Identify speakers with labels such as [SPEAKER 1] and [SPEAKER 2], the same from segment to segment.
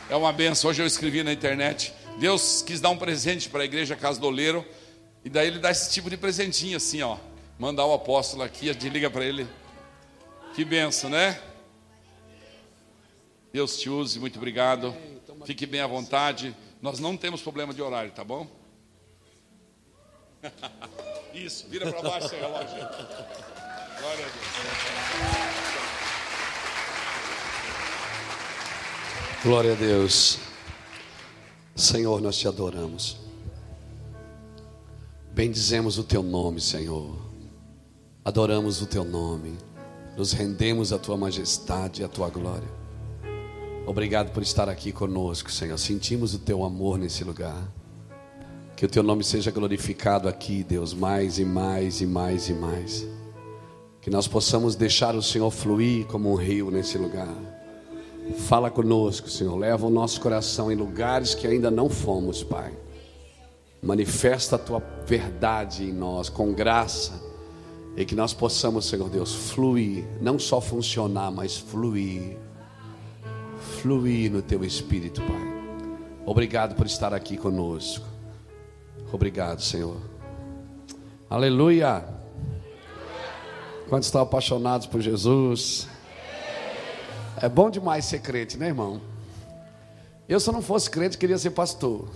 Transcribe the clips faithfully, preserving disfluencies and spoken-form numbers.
[SPEAKER 1] É uma benção. Hoje eu escrevi na internet, Deus quis dar um presente para a igreja Casa do Oleiro, e daí ele dá esse tipo de presentinho assim, ó. Mandar o apóstolo aqui, a gente liga para ele. Que benção, né? Deus te use, muito obrigado. Fique bem à vontade. Nós não temos problema de horário, tá bom? Isso, vira para baixo seu relógio. Glória a Deus.
[SPEAKER 2] Glória a Deus. Senhor, nós te adoramos. Bendizemos o teu nome, Senhor. Adoramos o teu nome. Nos rendemos à tua majestade e à tua glória. Obrigado por estar aqui conosco, Senhor. Sentimos o teu amor nesse lugar. Que o teu nome seja glorificado aqui, Deus, mais e mais e mais e mais. Que nós possamos deixar o Senhor fluir como um rio nesse lugar. Fala conosco, Senhor. Leva o nosso coração em lugares que ainda não fomos, Pai. Manifesta a tua verdade em nós, com graça. E que nós possamos, Senhor Deus, fluir. Não só funcionar, mas fluir. Fluir no teu Espírito, Pai. Obrigado por estar aqui conosco. Obrigado, Senhor. Aleluia. Quantos estão apaixonados por Jesus? É bom demais ser crente, né, irmão? Eu, se eu não fosse crente, queria ser pastor.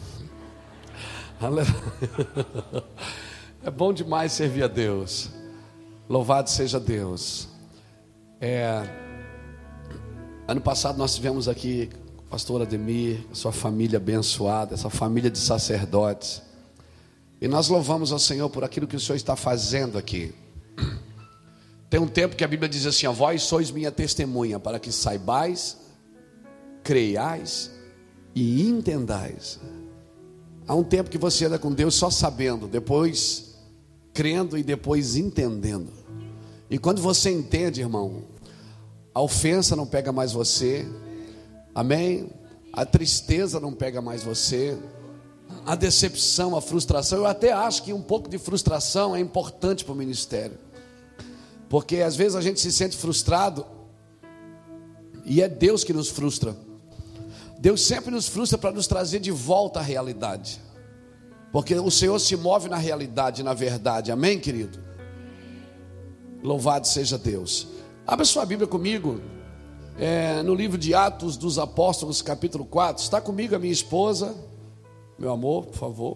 [SPEAKER 2] Aleluia. É bom demais servir a Deus. Louvado seja Deus. É, ano passado nós tivemos aqui o pastor Ademir, sua família abençoada, essa família de sacerdotes. E nós louvamos ao Senhor por aquilo que o Senhor está fazendo aqui. Tem um tempo que a Bíblia diz assim: ó, vós sois minha testemunha, para que saibais, creiais e entendais. Há um tempo que você anda com Deus só sabendo, depois crendo e depois entendendo. E quando você entende, irmão, a ofensa não pega mais você, amém? A tristeza não pega mais você, a decepção, a frustração. Eu até acho que um pouco de frustração é importante para o ministério, porque às vezes a gente se sente frustrado e é Deus que nos frustra. Deus sempre nos frustra para nos trazer de volta à realidade, porque o Senhor se move na realidade, na verdade, amém, querido? Louvado seja Deus. Abra sua Bíblia comigo, é, no livro de Atos dos Apóstolos, capítulo quatro. Está comigo a minha esposa, meu amor, por favor.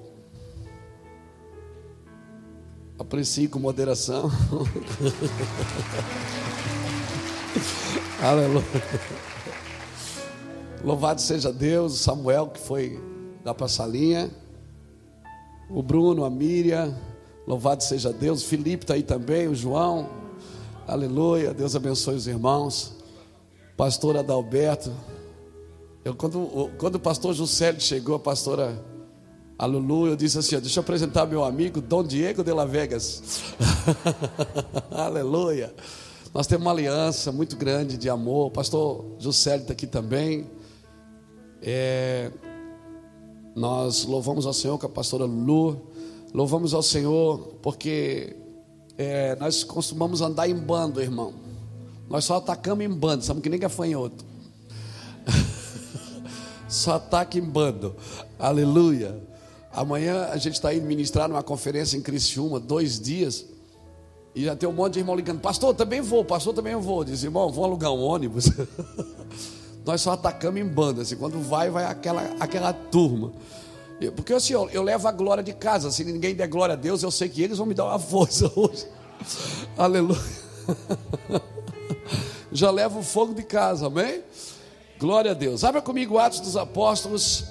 [SPEAKER 2] Aprecie com moderação. Aleluia. Louvado seja Deus. O Samuel, que foi lá para a salinha, o Bruno, a Miriam, louvado seja Deus. O Felipe está aí também, o João, aleluia. Deus abençoe os irmãos. Pastor Adalberto. Eu, quando, quando o pastor Juscelio chegou, a pastora a Lulu, eu disse assim: ó, deixa eu apresentar meu amigo Dom Diego de la Vegas. Aleluia. Nós temos uma aliança muito grande de amor. O pastor Juscelio está aqui também. É, nós louvamos ao Senhor com a pastora Lulu. Louvamos ao Senhor porque é, nós costumamos andar em bando, irmão. Nós só atacamos em bando, somos que nem gafanhoto. Só ataca em bando. Aleluia. Amanhã a gente está indo ministrar numa conferência em Criciúma, dois dias. E já tem um monte de irmão ligando: pastor, também vou, pastor, também vou. Diz: irmão, vou alugar um ônibus. Nós só atacamos em banda, assim, quando vai, vai aquela, aquela turma. Porque assim, eu, eu levo a glória de casa. Se ninguém der glória a Deus, eu sei que eles vão me dar uma força hoje. Aleluia. Já levo o fogo de casa, amém? Glória a Deus. Abra comigo Atos dos Apóstolos,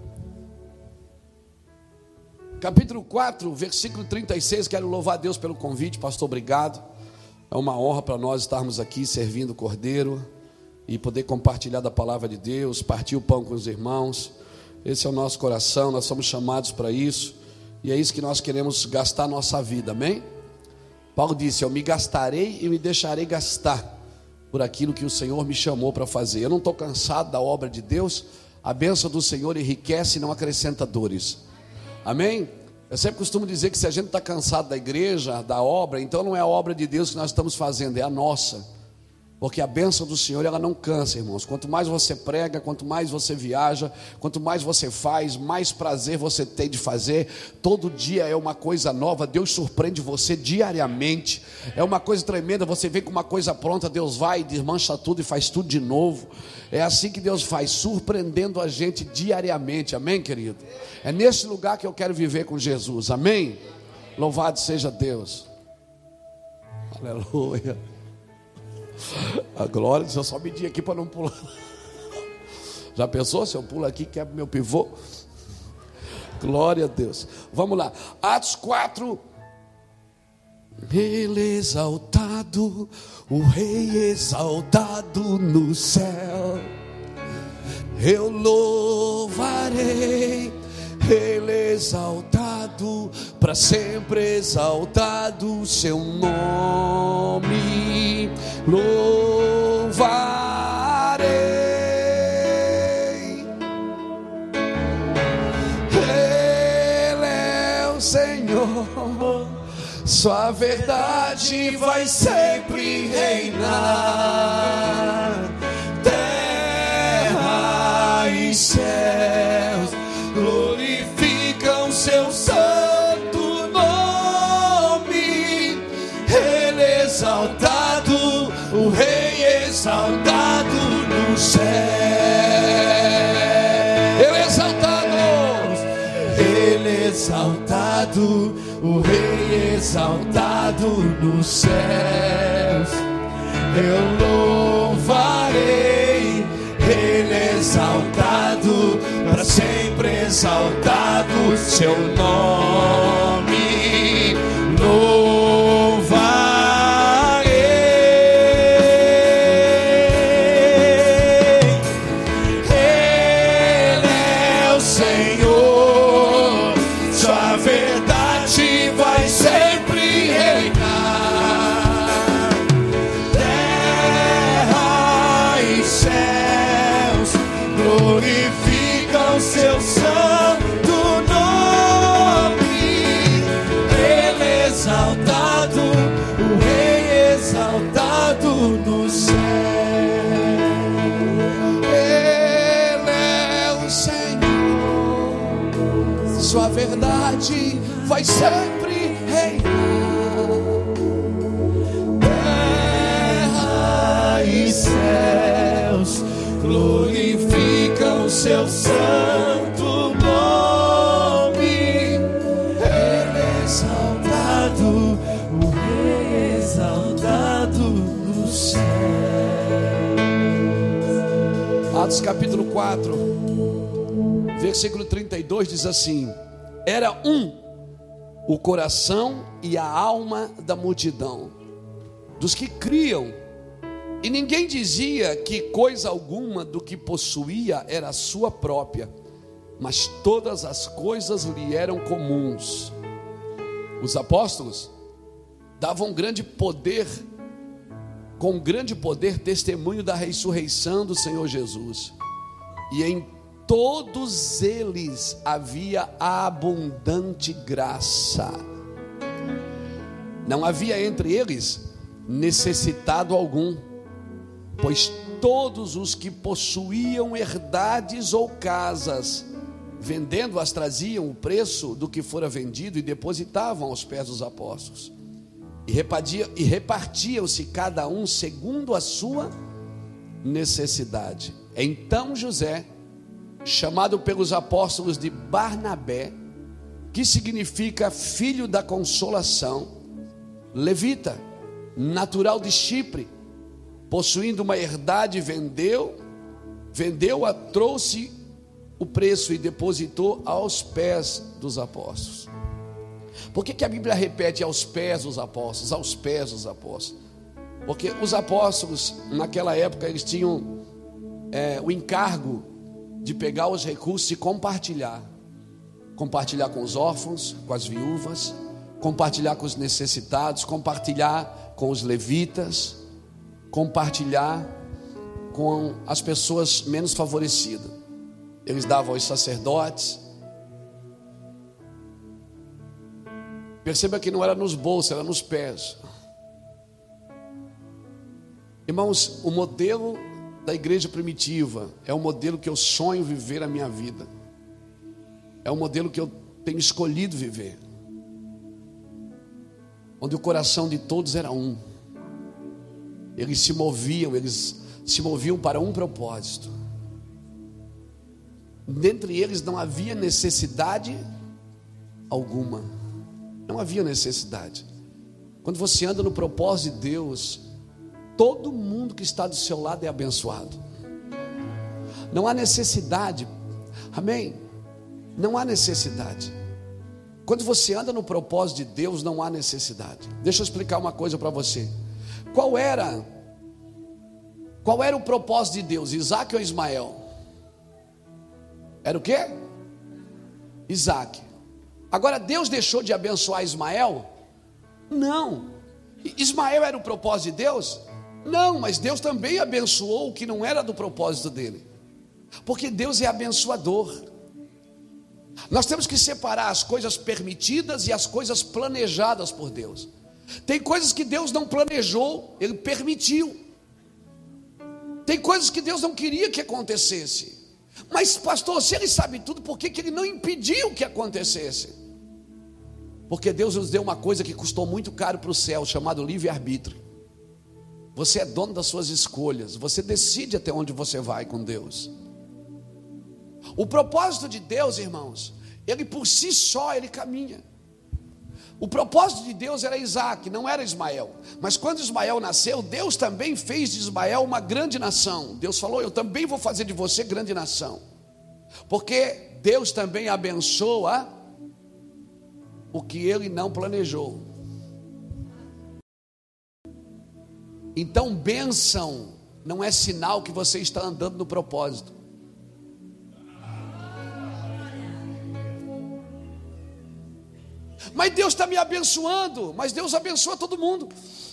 [SPEAKER 2] capítulo quatro, versículo trinta e seis. Quero louvar a Deus pelo convite, pastor, obrigado. É uma honra para nós estarmos aqui servindo o Cordeiro e poder compartilhar da palavra de Deus, partir o pão com os irmãos. Esse é o nosso coração, nós somos chamados para isso, e é isso que nós queremos gastar a nossa vida, amém? Paulo disse: eu me gastarei e me deixarei gastar por aquilo que o Senhor me chamou para fazer. Eu não estou cansado da obra de Deus. A bênção do Senhor enriquece e não acrescenta dores, amém? Eu sempre costumo dizer que se a gente está cansado da igreja, da obra, então não é a obra de Deus que nós estamos fazendo, é a nossa. Porque a bênção do Senhor, ela não cansa, irmãos. Quanto mais você prega, quanto mais você viaja, quanto mais você faz, mais prazer você tem de fazer. Todo dia é uma coisa nova. Deus surpreende você diariamente. É uma coisa tremenda. Você vem com uma coisa pronta, Deus vai, desmancha tudo e faz tudo de novo. É assim que Deus faz, surpreendendo a gente diariamente. Amém, querido? É nesse lugar que eu quero viver com Jesus. Amém? Louvado seja Deus. Aleluia. A glória, deixa eu só medir aqui para não pular. Já pensou se eu pulo aqui, quebro meu pivô? Glória a Deus. Vamos lá, Atos quatro. Ele exaltado, o Rei exaltado no céu. Eu louvarei, Ele exaltado, para sempre exaltado o seu nome. Louvarei, Ele é o Senhor, sua verdade vai sempre reinar. Terra e céus glorificam seu santo nome. Ele é exaltado, o Rei exaltado no céu. Ele é exaltado, Ele é exaltado, o Rei exaltado nos céus. Eu louvarei, Ele é exaltado, para sempre exaltado seu nome. Louvarei. Sua verdade vai sempre reinar. Terra e céus glorificam seu santo nome. Ele é exaltado, o Rei exaltado no céu. Atos capítulo quatro, versículo trinta e dois diz assim: era um o coração e a alma da multidão, dos que criam, e ninguém dizia que coisa alguma do que possuía era sua própria, mas todas as coisas lhe eram comuns. Os apóstolos davam grande poder, com grande poder, testemunho da ressurreição do Senhor Jesus, e em todos eles havia abundante graça. Não havia entre eles necessitado algum, pois todos os que possuíam herdades ou casas, vendendo-as, traziam o preço do que fora vendido e depositavam aos pés dos apóstolos. E repartiam-se cada um segundo a sua necessidade. Então José, chamado pelos apóstolos de Barnabé, que significa filho da consolação, levita, natural de Chipre, possuindo uma herdade, vendeu, vendeu-a, trouxe o preço e depositou aos pés dos apóstolos. Por que que a Bíblia repete aos pés dos apóstolos, aos pés dos apóstolos? Porque os apóstolos, naquela época, eles tinham é, o encargo de pegar os recursos e compartilhar. Compartilhar com os órfãos, com as viúvas, compartilhar com os necessitados, compartilhar com os levitas, compartilhar com as pessoas menos favorecidas. Eles davam aos sacerdotes. Perceba que não era nos bolsos, era nos pés. Irmãos, o modelo da igreja primitiva é o modelo que eu sonho viver na minha vida. É o modelo que eu tenho escolhido viver. Onde o coração de todos era um. Eles se moviam, eles se moviam para um propósito. Dentre eles não havia necessidade alguma. Não havia necessidade. Quando você anda no propósito de Deus, todo mundo que está do seu lado é abençoado. Não há necessidade. Amém? Não há necessidade. Quando você anda no propósito de Deus, não há necessidade. Deixa eu explicar uma coisa para você. Qual era Qual era o propósito de Deus? Isaac ou Ismael? Era o quê? Isaac. Agora Deus deixou de abençoar Ismael? Não. Ismael era o propósito de Deus? Não, mas Deus também abençoou o que não era do propósito dele. Porque Deus é abençoador. Nós temos que separar as coisas permitidas e as coisas planejadas por Deus. Tem coisas que Deus não planejou, Ele permitiu. Tem coisas que Deus não queria que acontecesse. Mas pastor, se Ele sabe tudo, por que, que Ele não impediu que acontecesse? Porque Deus nos deu uma coisa que custou muito caro para o céu, chamado livre-arbítrio. Você é dono das suas escolhas. Você decide até onde você vai com Deus. O propósito de Deus, irmãos, Ele por si só, Ele caminha. O propósito de Deus era Isaac, não era Ismael. Mas quando Ismael nasceu, Deus também fez de Ismael uma grande nação. Deus falou, eu também vou fazer de você grande nação. Porque Deus também abençoa o que Ele não planejou. Então, bênção não é sinal que você está andando no propósito. Mas Deus está me abençoando. Mas Deus abençoa todo mundo.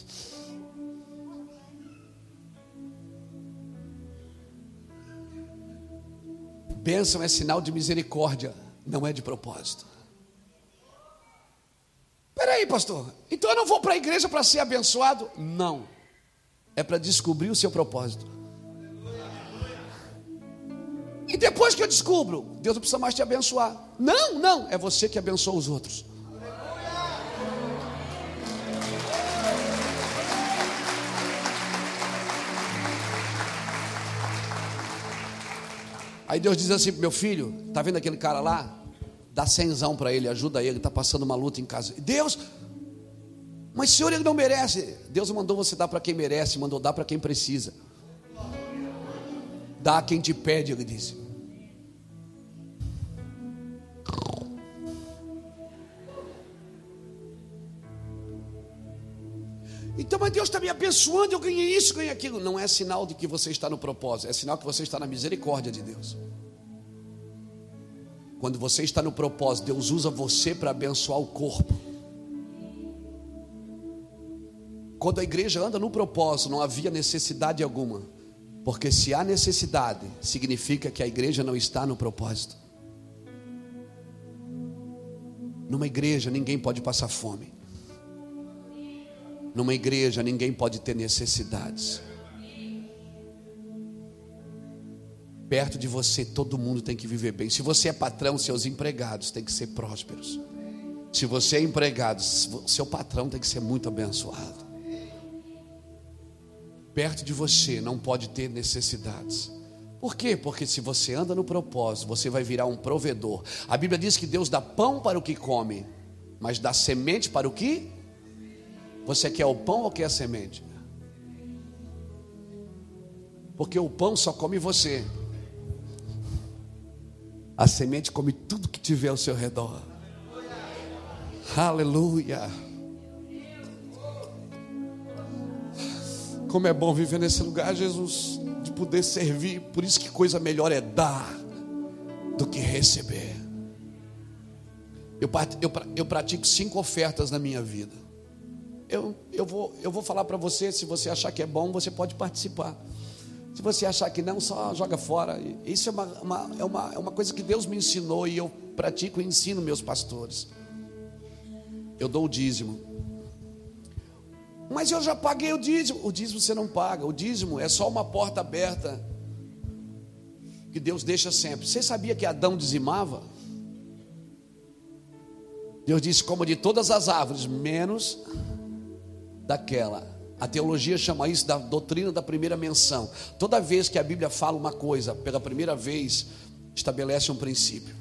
[SPEAKER 2] Bênção é sinal de misericórdia, não é de propósito. Espera aí, pastor, então eu não vou para a igreja para ser abençoado? Não, é para descobrir o seu propósito. E depois que eu descubro, Deus não precisa mais te abençoar. Não, não, é você que abençoa os outros. Aí Deus diz assim, meu filho, tá vendo aquele cara lá? Dá cenzão para ele, ajuda ele, está passando uma luta em casa. Deus, mas Senhor, ele não merece. Deus mandou você dar para quem merece, mandou dar para quem precisa. Dá a quem te pede, ele disse. Então, mas Deus está me abençoando, eu ganhei isso, ganhei aquilo. Não é sinal de que você está no propósito, é sinal que você está na misericórdia de Deus. Quando você está no propósito, Deus usa você para abençoar o corpo. Quando a igreja anda no propósito, não havia necessidade alguma. Porque se há necessidade, significa que a igreja não está no propósito. Numa igreja ninguém pode passar fome. Numa igreja ninguém pode ter necessidades. Perto de você todo mundo tem que viver bem. Se você é patrão, seus empregados têm que ser prósperos. Se você é empregado, seu patrão tem que ser muito abençoado. Perto de você não pode ter necessidades. Por quê? Porque se você anda no propósito, você vai virar um provedor. A Bíblia diz que Deus dá pão para o que come, mas dá semente para o que? Você quer o pão ou quer a semente? Porque o pão só come você. A semente come tudo que tiver ao seu redor. Aleluia. Como é bom viver nesse lugar, Jesus, de poder servir. Por isso que coisa melhor é dar do que receber. Eu, eu, eu pratico cinco ofertas na minha vida. Eu, eu, vou, eu vou falar para você. Se você achar que é bom, você pode participar. Se você achar que não, só joga fora. Isso é uma, uma, é uma, é uma coisa que Deus me ensinou. E eu pratico e ensino meus pastores. Eu dou o dízimo. Mas eu já paguei o dízimo. O dízimo você não paga. O dízimo é só uma porta aberta que Deus deixa sempre. Você sabia que Adão dizimava? Deus disse: coma de todas as árvores, menos daquela. A teologia chama isso da doutrina da primeira menção. Toda vez que a Bíblia fala uma coisa, pela primeira vez, estabelece um princípio.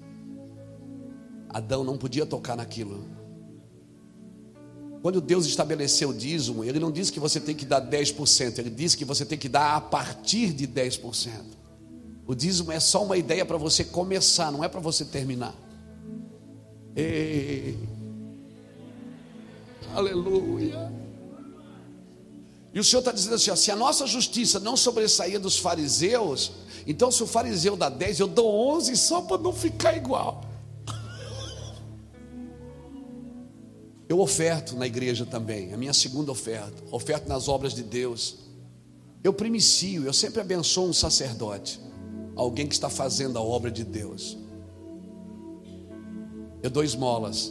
[SPEAKER 2] Adão não podia tocar naquilo. Quando Deus estabeleceu o dízimo, Ele não disse que você tem que dar dez por cento, Ele disse que você tem que dar a partir de dez por cento. O dízimo é só uma ideia para você começar, não é para você terminar. Ei, aleluia. E o Senhor está dizendo assim, ó, se a nossa justiça não sobressair dos fariseus, então se o fariseu dá dez, eu dou onze só para não ficar igual. Eu oferto na igreja também, a minha segunda oferta, oferto nas obras de Deus. Eu primicio, eu sempre abençoo um sacerdote, alguém que está fazendo a obra de Deus. Eu dou esmolas.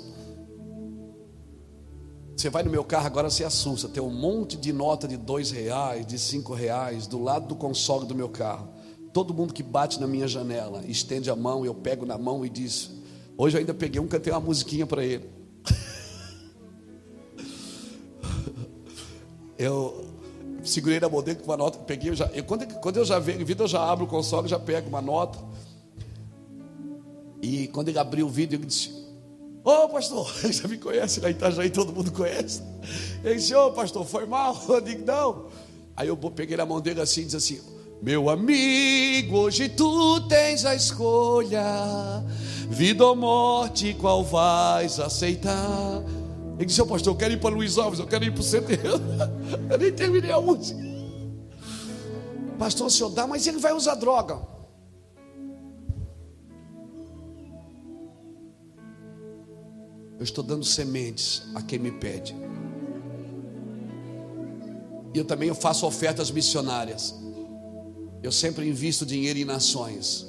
[SPEAKER 2] Você vai no meu carro agora, você assusta, tem um monte de nota de dois reais, de cinco reais, do lado do console do meu carro. Todo mundo que bate na minha janela, estende a mão, eu pego na mão e diz. Hoje eu ainda peguei um, cantei uma musiquinha para ele. Eu segurei na mão dele com uma nota, peguei, eu já, eu, quando, quando eu já venho em vida, eu já abro o console, já pego uma nota. E quando ele abriu o vídeo, ele disse: ô oh, pastor, ele já me conhece lá em Itajaí, todo mundo conhece. Ele disse: ô oh, pastor, foi mal? Eu digo: não. Aí eu peguei na mão dele assim e disse assim: meu amigo, hoje tu tens a escolha, vida ou morte, qual vais aceitar? Ele disse: ô pastor, eu quero ir para Luiz Alves, eu quero ir para o centro. Eu nem terminei a música. Pastor, o senhor dá, mas ele vai usar droga. Eu estou dando sementes a quem me pede. E eu também eu faço ofertas missionárias. Eu sempre invisto dinheiro em nações.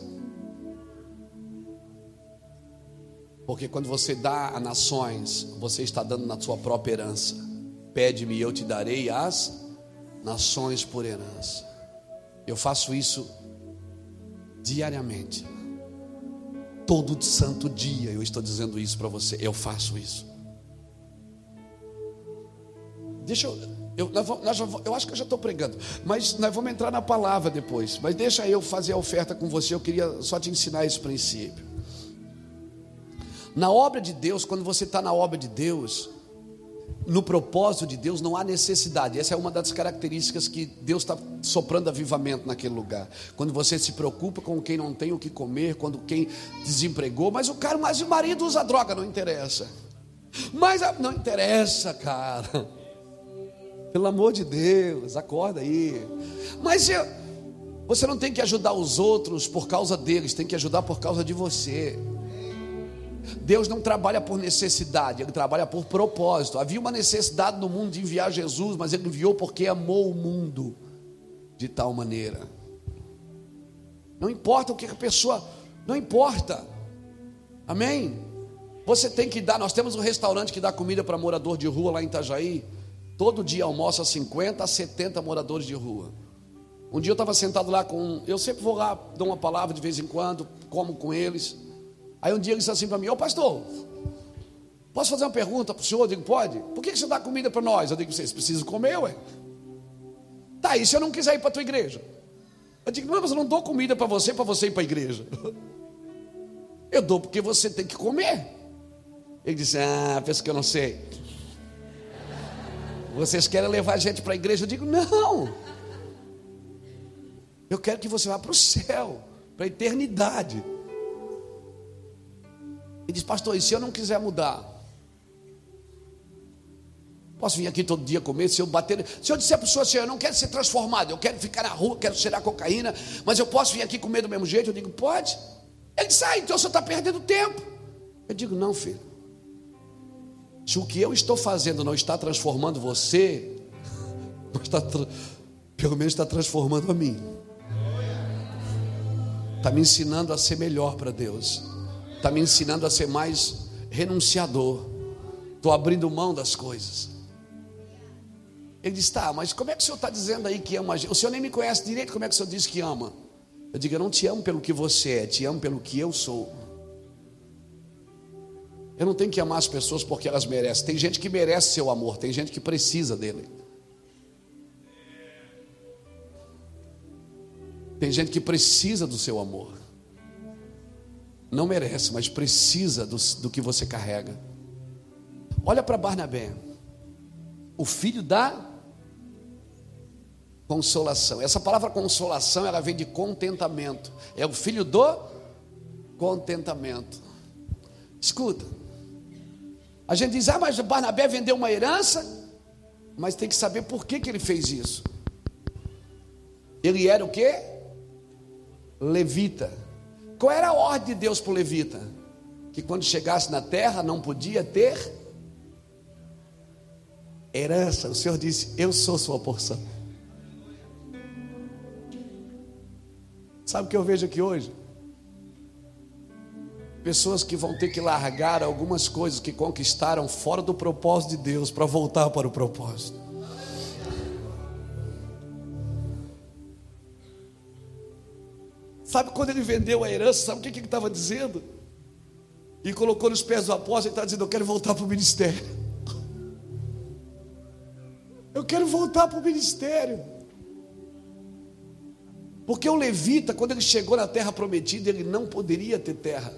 [SPEAKER 2] Porque quando você dá a nações, você está dando na sua própria herança. Pede-me e eu te darei as nações por herança. Eu faço isso diariamente. Todo santo dia eu estou dizendo isso para você. Eu faço isso. Deixa eu, eu, nós vamos, nós já, eu acho que eu já estou pregando, mas nós vamos entrar na palavra depois. Mas deixa eu fazer a oferta com você. Eu queria só te ensinar esse princípio. Na obra de Deus, quando você está na obra de Deus, no propósito de Deus, não há necessidade. Essa é uma das características que Deus está soprando avivamento naquele lugar. Quando você se preocupa com quem não tem o que comer, quando quem desempregou, mas o cara, mas o marido usa droga, não interessa. Mas não interessa, cara. Pelo amor de Deus, acorda aí. Mas eu, você não tem que ajudar os outros por causa deles, tem que ajudar por causa de você. Deus não trabalha por necessidade, Ele trabalha por propósito. Havia uma necessidade no mundo de enviar Jesus, mas Ele enviou porque amou o mundo de tal maneira. Não importa o que a pessoa, não importa. Amém? Você tem que dar. Nós temos um restaurante que dá comida para morador de rua lá em Itajaí. Todo dia almoça cinquenta a setenta moradores de rua. Um dia eu estava sentado lá com, eu sempre vou lá, dou uma palavra de vez em quando, como com eles. Aí um dia ele disse assim para mim: ô pastor, posso fazer uma pergunta para o senhor? Eu digo: pode. Por que você dá comida para nós? Eu digo: vocês precisam comer, ué. Tá, e se eu não quiser ir para a tua igreja? Eu digo: não, mas eu não dou comida para você, para você ir para a igreja. Eu dou porque você tem que comer. Ele disse: ah, pensa que eu não sei. Vocês querem levar a gente para a igreja? Eu digo: não. Eu quero que você vá para o céu, para a eternidade. Ele diz: pastor, e se eu não quiser mudar? Posso vir aqui todo dia comer? Se eu bater, se eu disser para o senhor assim: eu não quero ser transformado, eu quero ficar na rua, quero cheirar cocaína, mas eu posso vir aqui comer do mesmo jeito? Eu digo: pode. Ele diz: ah, então o senhor está perdendo tempo. Eu digo: não, filho. Se o que eu estou fazendo não está transformando você, não está, pelo menos está transformando a mim. Está me ensinando a ser melhor para Deus. Está me ensinando a ser mais renunciador. Estou abrindo mão das coisas. Ele disse: tá, mas como é que o senhor está dizendo aí que ama a gente? O senhor nem me conhece direito, como é que o senhor diz que ama? Eu digo: eu não te amo pelo que você é, te amo pelo que eu sou. Eu não tenho que amar as pessoas porque elas merecem. Tem gente que merece seu amor, tem gente que precisa dele. Tem gente que precisa do seu amor. Não merece, mas precisa do, do que você carrega. Olha para Barnabé, o filho da consolação. Essa palavra consolação, ela vem de contentamento. É o filho do contentamento. Escuta, a gente diz: ah, mas Barnabé vendeu uma herança. Mas tem que saber por que, que ele fez isso. Ele era o quê? Levita. Qual era a ordem de Deus para o levita? Que quando chegasse na terra não podia ter herança. O Senhor disse: eu sou sua porção. Sabe o que eu vejo aqui hoje? Pessoas que vão ter que largar algumas coisas que conquistaram fora do propósito de Deus para voltar para o propósito. Sabe quando ele vendeu a herança, sabe o que, que ele estava dizendo? E colocou nos pés do apóstolo, ele está dizendo: eu quero voltar para o ministério. Eu quero voltar para o ministério. Porque o levita, quando ele chegou na terra prometida, ele não poderia ter terra.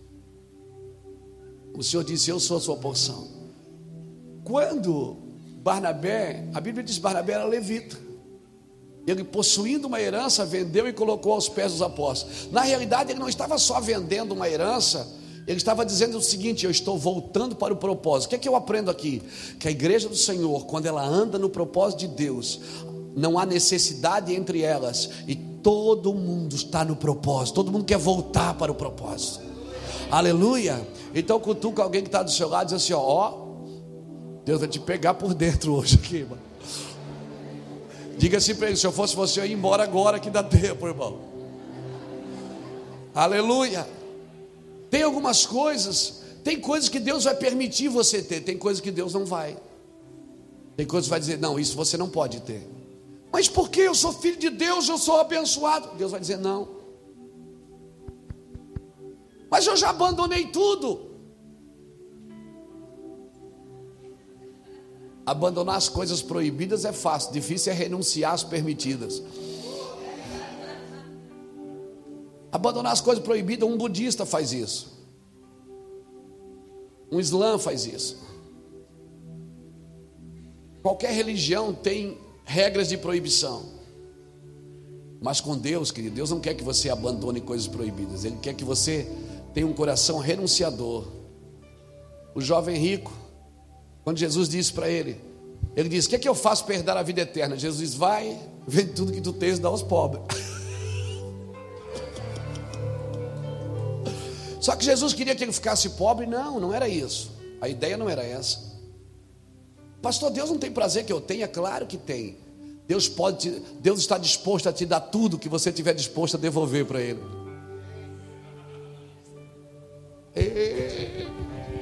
[SPEAKER 2] O Senhor disse: eu sou a sua porção. Quando Barnabé, a Bíblia diz que Barnabé era levita. Ele, possuindo uma herança, vendeu e colocou aos pés dos apóstolos. Na realidade, ele não estava só vendendo uma herança, ele estava dizendo o seguinte: eu estou voltando para o propósito. O que é que eu aprendo aqui? Que a igreja do Senhor, quando ela anda no propósito de Deus, não há necessidade entre elas, e todo mundo está no propósito, todo mundo quer voltar para o propósito. Aleluia. Então cutuca alguém que está do seu lado e diz assim: ó, ó, Deus vai te pegar por dentro hoje aqui, irmão. Diga assim para ele: se eu fosse você, eu ia embora agora, que dá tempo, irmão. Aleluia. Tem algumas coisas, tem coisas que Deus vai permitir você ter, tem coisas que Deus não vai. Tem coisas que vai dizer: não, isso você não pode ter. Mas por que? Eu sou filho de Deus, eu sou abençoado. Deus vai dizer: não. Mas eu já abandonei tudo. Abandonar as coisas proibidas é fácil, difícil é renunciar às permitidas. Abandonar as coisas proibidas, um budista faz isso, um islã faz isso. Qualquer religião tem regras de proibição. Mas com Deus, querido, Deus não quer que você abandone coisas proibidas. Ele quer que você tenha um coração renunciador. O jovem rico, quando Jesus disse para ele, ele disse: o que é que eu faço para herdar a vida eterna? Jesus diz: vai, vende tudo que tu tens e dá aos pobres. Só que Jesus queria que ele ficasse pobre. Não, não era isso. A ideia não era essa. Pastor, Deus não tem prazer que eu tenha? Claro que tem. Deus pode te, Deus está disposto a te dar tudo que você estiver disposto a devolver para Ele. E...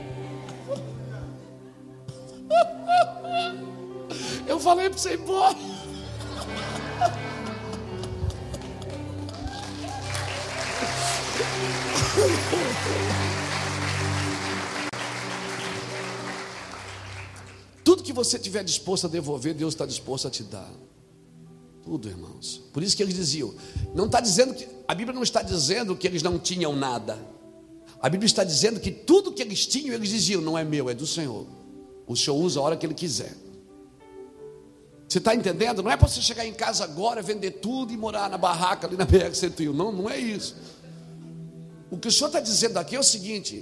[SPEAKER 2] eu falei para você ir embora. Tudo que você estiver disposto a devolver, Deus está disposto a te dar. Tudo, irmãos. Por isso que eles diziam, não está dizendo que, a Bíblia não está dizendo que eles não tinham nada. A Bíblia está dizendo que tudo que eles tinham, eles diziam: não é meu, é do Senhor. O Senhor usa a hora que Ele quiser. Você está entendendo? Não é para você chegar em casa agora, vender tudo e morar na barraca ali na B R cento e um. Não, não é isso. O que o Senhor está dizendo aqui é o seguinte: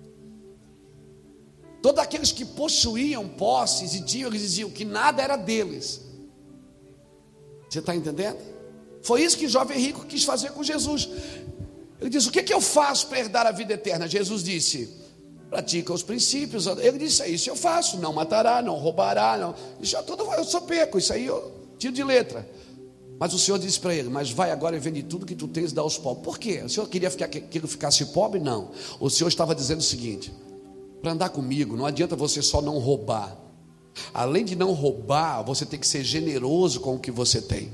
[SPEAKER 2] todos aqueles que possuíam posses e tinham, eles diziam que nada era deles. Você está entendendo? Foi isso que o jovem rico quis fazer com Jesus. Ele disse: o que, é que eu faço para herdar a vida eterna? Jesus disse: pratica os princípios. Ele disse: é isso eu faço, não matará, não roubará, não. Isso é tudo, eu sou peco, isso aí eu tiro de letra. Mas o Senhor disse para ele: mas vai agora e vende tudo que tu tens e dá aos pobres. Por quê? O Senhor queria ficar, que ele ficasse pobre? Não. O Senhor estava dizendo o seguinte: para andar comigo, não adianta você só não roubar. Além de não roubar, você tem que ser generoso com o que você tem.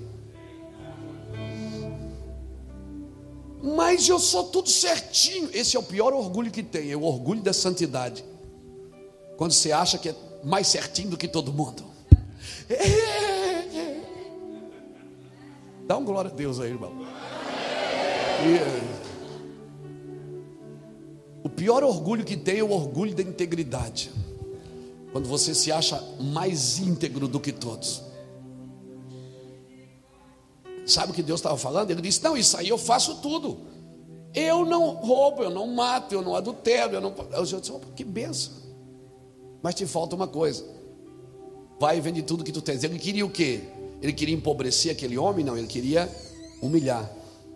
[SPEAKER 2] Mas eu sou tudo certinho. Esse é o pior orgulho que tem, é o orgulho da santidade. Quando você acha que é mais certinho do que todo mundo. Dá um glória a Deus aí, irmão. E, o pior orgulho que tem é o orgulho da integridade. Quando você se acha mais íntegro do que todos. Sabe o que Deus estava falando? Ele disse: não, isso aí eu faço tudo. Eu não roubo, eu não mato, eu não adultero, eu não... Eu disse: oh, que benção. Mas te falta uma coisa. Vai e vende tudo que tu tens. Ele queria o quê? Ele queria empobrecer aquele homem? Não, ele queria humilhar.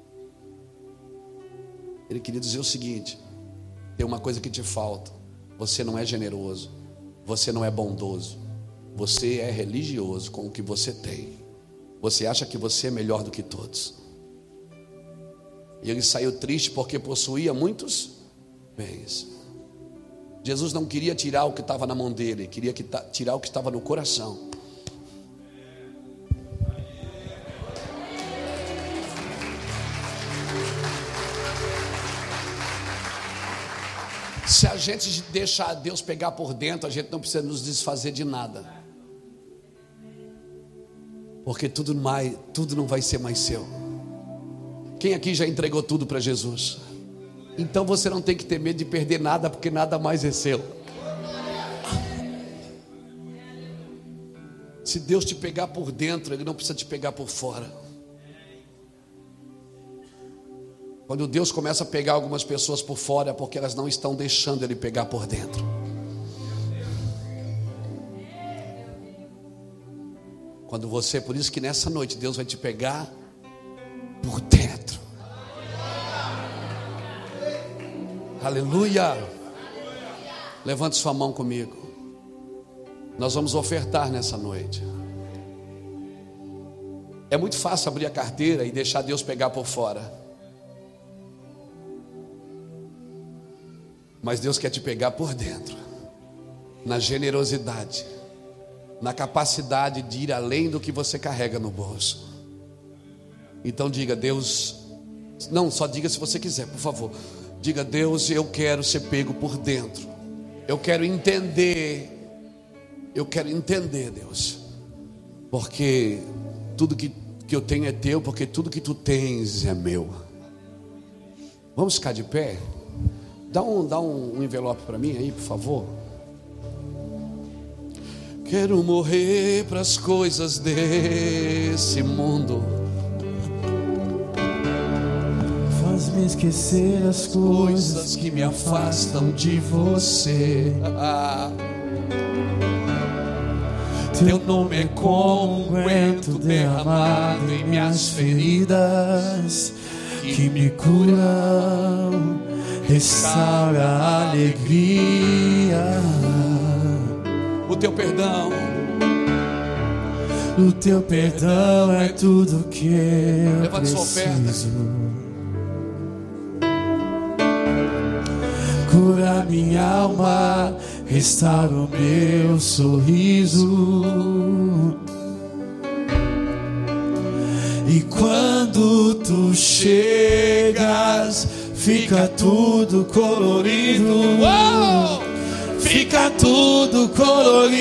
[SPEAKER 2] Ele queria dizer o seguinte: tem uma coisa que te falta. Você não é generoso, você não é bondoso, você é religioso com o que você tem. Você acha que você é melhor do que todos. E ele saiu triste porque possuía muitos bens. Jesus não queria tirar o que estava na mão dele, ele queria tirar o que estava no coração. Se a gente deixar Deus pegar por dentro, a gente não precisa nos desfazer de nada. Porque tudo, mais, tudo não vai ser mais seu. Quem aqui já entregou tudo para Jesus? Então você não tem que ter medo de perder nada, porque nada mais é seu. Se Deus te pegar por dentro, Ele não precisa te pegar por fora. Quando Deus começa a pegar algumas pessoas por fora, é porque elas não estão deixando Ele pegar por dentro. Quando você, por isso que nessa noite Deus vai te pegar por dentro. Aleluia. Levante sua mão comigo. Nós vamos ofertar nessa noite. É muito fácil abrir a carteira e deixar Deus pegar por fora. Mas Deus quer te pegar por dentro, na generosidade, na capacidade de ir além do que você carrega no bolso. Então diga: Deus, não, só diga se você quiser, por favor. Diga: Deus, eu quero ser pego por dentro. Eu quero entender. Eu quero entender, Deus. Porque tudo que, que eu tenho é teu, porque tudo que tu tens é meu. Vamos ficar de pé? Dá um, dá um, um envelope para mim aí, por favor. Quero morrer para as coisas desse mundo.
[SPEAKER 3] Faz-me esquecer as coisas que me afastam de você. Teu nome é como unguento derramado em minhas feridas, que me curam, restaura a alegria.
[SPEAKER 2] O teu perdão,
[SPEAKER 3] o teu perdão é tudo que eu
[SPEAKER 2] levante sua oferta.
[SPEAKER 3] preciso. Cura minha alma, restaura o meu sorriso. E quando tu chegas, fica tudo colorido.
[SPEAKER 2] Uou!
[SPEAKER 3] Fica tudo colorido.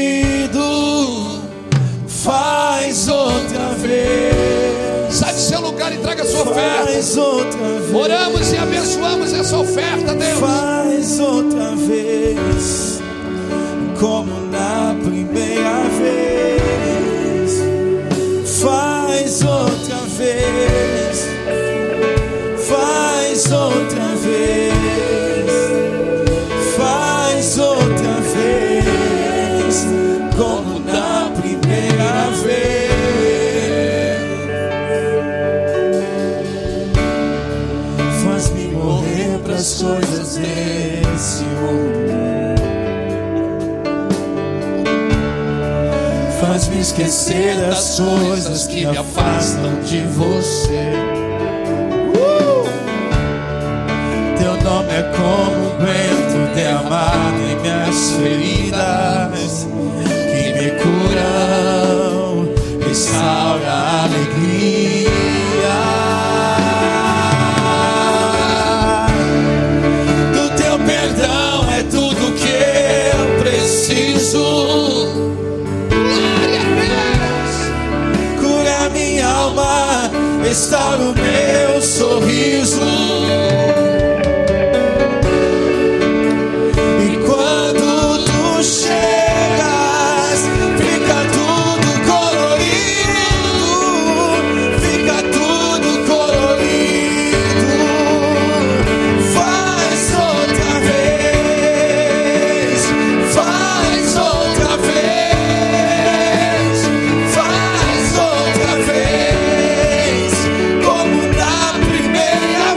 [SPEAKER 3] Faz outra vez.
[SPEAKER 2] Sai do seu lugar e traga a sua
[SPEAKER 3] Faz
[SPEAKER 2] oferta.
[SPEAKER 3] outra vez.
[SPEAKER 2] Oramos e abençoamos essa oferta, Deus.
[SPEAKER 3] Faz outra vez, como na primeira vez. Faz outra vez. Faz outra vez. Faz outra vez, como na primeira vez. Faz-me morrer pras coisas desse mundo. Faz-me esquecer das coisas que me afastam de você. Teu nome é como um vento derramado em minhas feridas, que sorriso. E quando tu chegas, fica tudo colorido, fica tudo colorido. Faz outra vez, faz outra vez, faz outra vez, como da primeira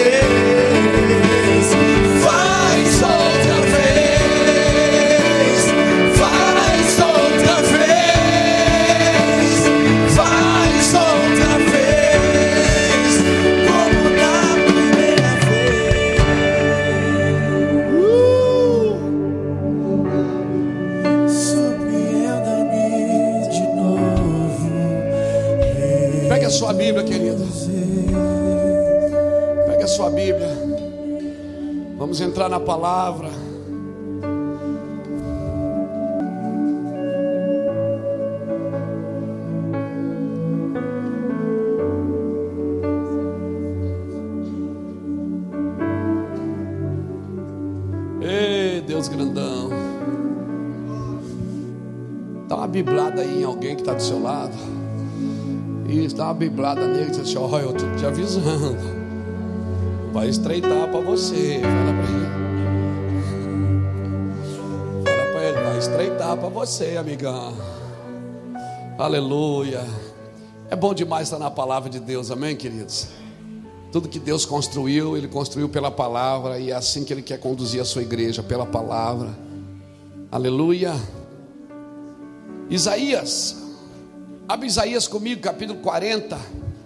[SPEAKER 3] vez. Faz outra vez, faz outra vez, faz outra vez, como da primeira vez. Uh! Surpreenda-me de novo.
[SPEAKER 2] Pega a sua Bíblia, querido. Pega a sua Bíblia. Vamos entrar na palavra. Ei, Deus grandão. Dá uma biblada aí em alguém que está do seu lado. Isso, dá uma biblada nele e diz assim: olha, eu estou te avisando, vai estreitar para você. Fala para ele. Fala para ele, vai estreitar para você, amigão. Aleluia. É bom demais estar na palavra de Deus, amém, queridos? Tudo que Deus construiu, Ele construiu pela palavra, e é assim que Ele quer conduzir a sua igreja, pela palavra. Aleluia. Isaías, abre Isaías comigo, capítulo quarenta.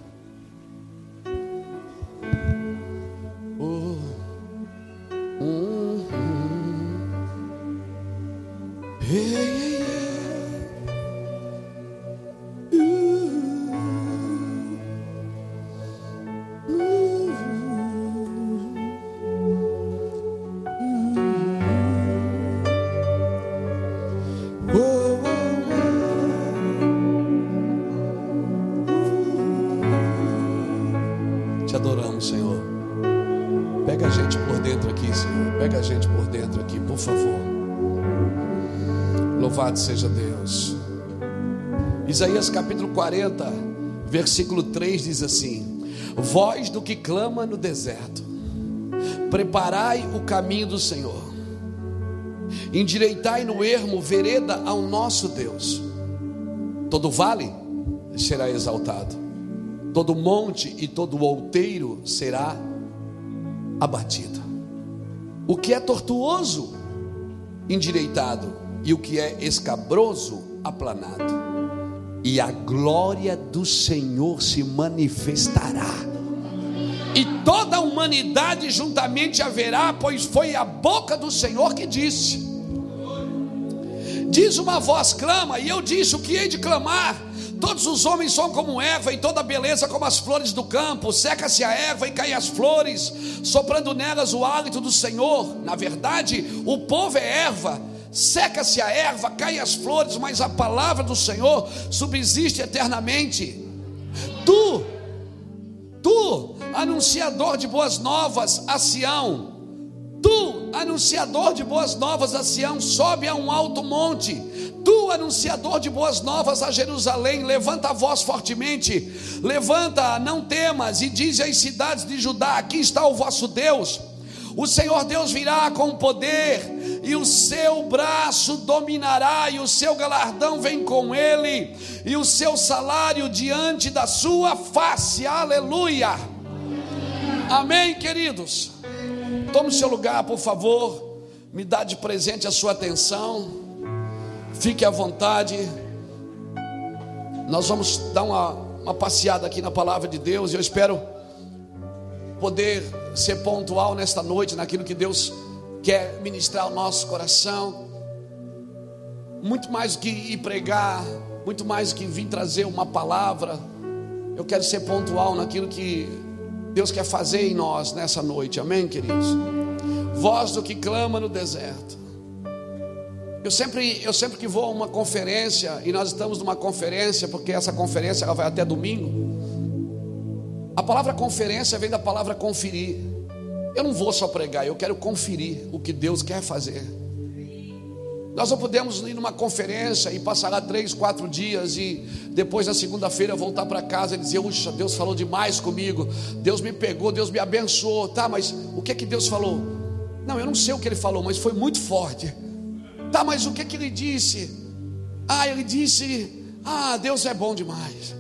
[SPEAKER 2] Oh. Hum, hum. Ei, ei, ei. Te adoramos, Senhor. Pega a gente por dentro aqui, Senhor. Pega a gente por dentro aqui, por favor. Louvado seja Deus. Isaías capítulo quarenta, versículo três diz assim: voz do que clama no deserto, preparai o caminho do Senhor, endireitai no ermo vereda ao nosso Deus. Todo vale será exaltado, todo monte e todo outeiro será abatido. O que é tortuoso, endireitado, e o que é escabroso, aplanado. E a glória do Senhor se manifestará, e toda a humanidade juntamente haverá, pois foi a boca do Senhor que disse. Diz uma voz, clama, e eu disse: o que hei de clamar? Todos os homens são como erva, e toda beleza como as flores do campo. Seca-se a erva e caem as flores, soprando nelas o hálito do Senhor. Na verdade, o povo é erva, seca-se a erva, caem as flores, mas a palavra do Senhor subsiste eternamente. Tu, tu, anunciador de boas novas a Sião, tu, anunciador de boas novas a Sião, sobe a um alto monte. Tu, anunciador de boas novas a Jerusalém, levanta a voz fortemente, levanta, não temas, e dize às cidades de Judá: aqui está o vosso Deus. O Senhor Deus virá com poder, e o seu braço dominará, e o seu galardão vem com ele, e o seu salário diante da sua face. Aleluia. Amém, queridos. Tome seu lugar, por favor. Me dá de presente a sua atenção. Fique à vontade. Nós vamos dar uma, uma passeada aqui na palavra de Deus, e eu espero poder ser pontual nesta noite naquilo que Deus quer ministrar ao nosso coração. Muito mais do que ir pregar, muito mais do que vir trazer uma palavra, eu quero ser pontual naquilo que Deus quer fazer em nós nessa noite. Amém, queridos? Voz do que clama no deserto. Eu sempre, eu sempre que vou a uma conferência, e nós estamos numa conferência, porque essa conferência ela vai até domingo. A palavra conferência vem da palavra conferir. Eu não vou só pregar, eu quero conferir o que Deus quer fazer. Nós não podemos ir numa conferência e passar lá três, quatro dias e depois na segunda-feira voltar para casa e dizer: uxa, Deus falou demais comigo, Deus me pegou, Deus me abençoou. Tá, mas o que que Deus falou? Não, eu não sei o que Ele falou, mas foi muito forte. Tá, mas o que que Ele disse? Ah, Ele disse: ah, Deus é bom demais.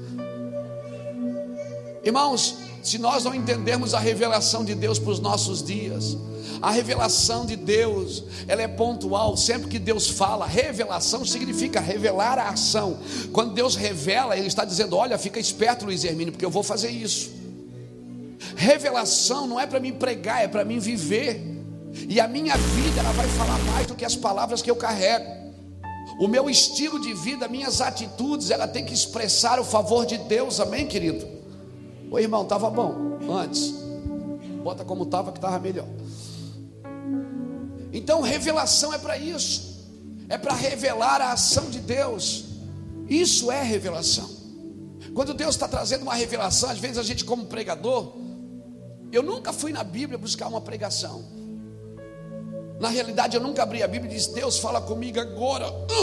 [SPEAKER 2] Irmãos, se nós não entendermos a revelação de Deus para os nossos dias, a revelação de Deus, ela é pontual. Sempre que Deus fala, revelação significa revelar a ação. Quando Deus revela, Ele está dizendo: olha, fica esperto, Luiz Hermínio, porque eu vou fazer isso. Revelação não é para mim pregar, é para mim viver. E a minha vida, ela vai falar mais do que as palavras que eu carrego. O meu estilo de vida, minhas atitudes, ela tem que expressar o favor de Deus. Amém, querido? Ô irmão, estava bom antes, bota como estava que estava melhor. Então revelação é para isso, é para revelar a ação de Deus. Isso é revelação. Quando Deus está trazendo uma revelação, às vezes a gente como pregador, eu nunca fui na Bíblia buscar uma pregação. Na realidade eu nunca abri a Bíblia e disse: Deus fala comigo agora.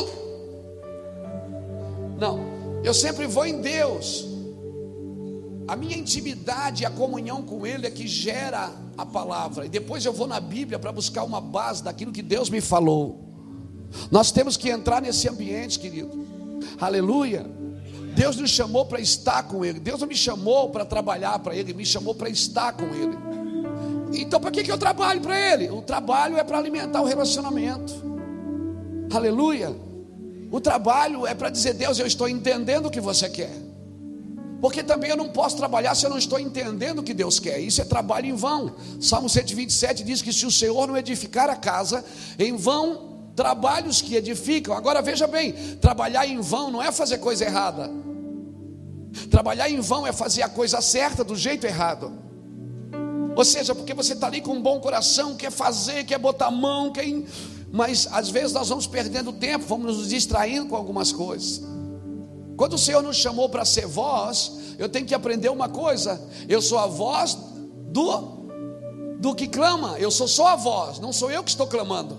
[SPEAKER 2] Não, eu sempre vou em Deus. A minha intimidade e a comunhão com Ele é que gera a palavra. E depois eu vou na Bíblia para buscar uma base daquilo que Deus me falou. Nós temos que entrar nesse ambiente, querido. Aleluia. Deus nos chamou para estar com Ele. Deus não me chamou para trabalhar para Ele, me chamou para estar com Ele. Então para que que eu trabalho para Ele? O trabalho é para alimentar o relacionamento. Aleluia. O trabalho é para dizer: Deus, eu estou entendendo o que você quer. Porque também eu não posso trabalhar se eu não estou entendendo o que Deus quer. Isso é trabalho em vão. Salmo cento e vinte e sete diz que se o Senhor não edificar a casa, em vão trabalhos que edificam. Agora veja bem, trabalhar em vão não é fazer coisa errada. Trabalhar em vão é fazer a coisa certa do jeito errado. Ou seja, porque você está ali com um bom coração, quer fazer, quer botar a mão, quer... mas às vezes nós vamos perdendo tempo, vamos nos distraindo com algumas coisas. Quando o Senhor nos chamou para ser voz, eu tenho que aprender uma coisa: eu sou a voz do, do que clama. Eu sou só a voz, não sou eu que estou clamando.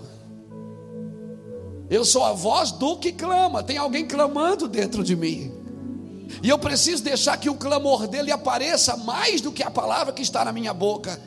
[SPEAKER 2] Eu sou a voz do que clama. Tem alguém clamando dentro de mim, e eu preciso deixar que o clamor dele apareça mais do que a palavra que está na minha boca.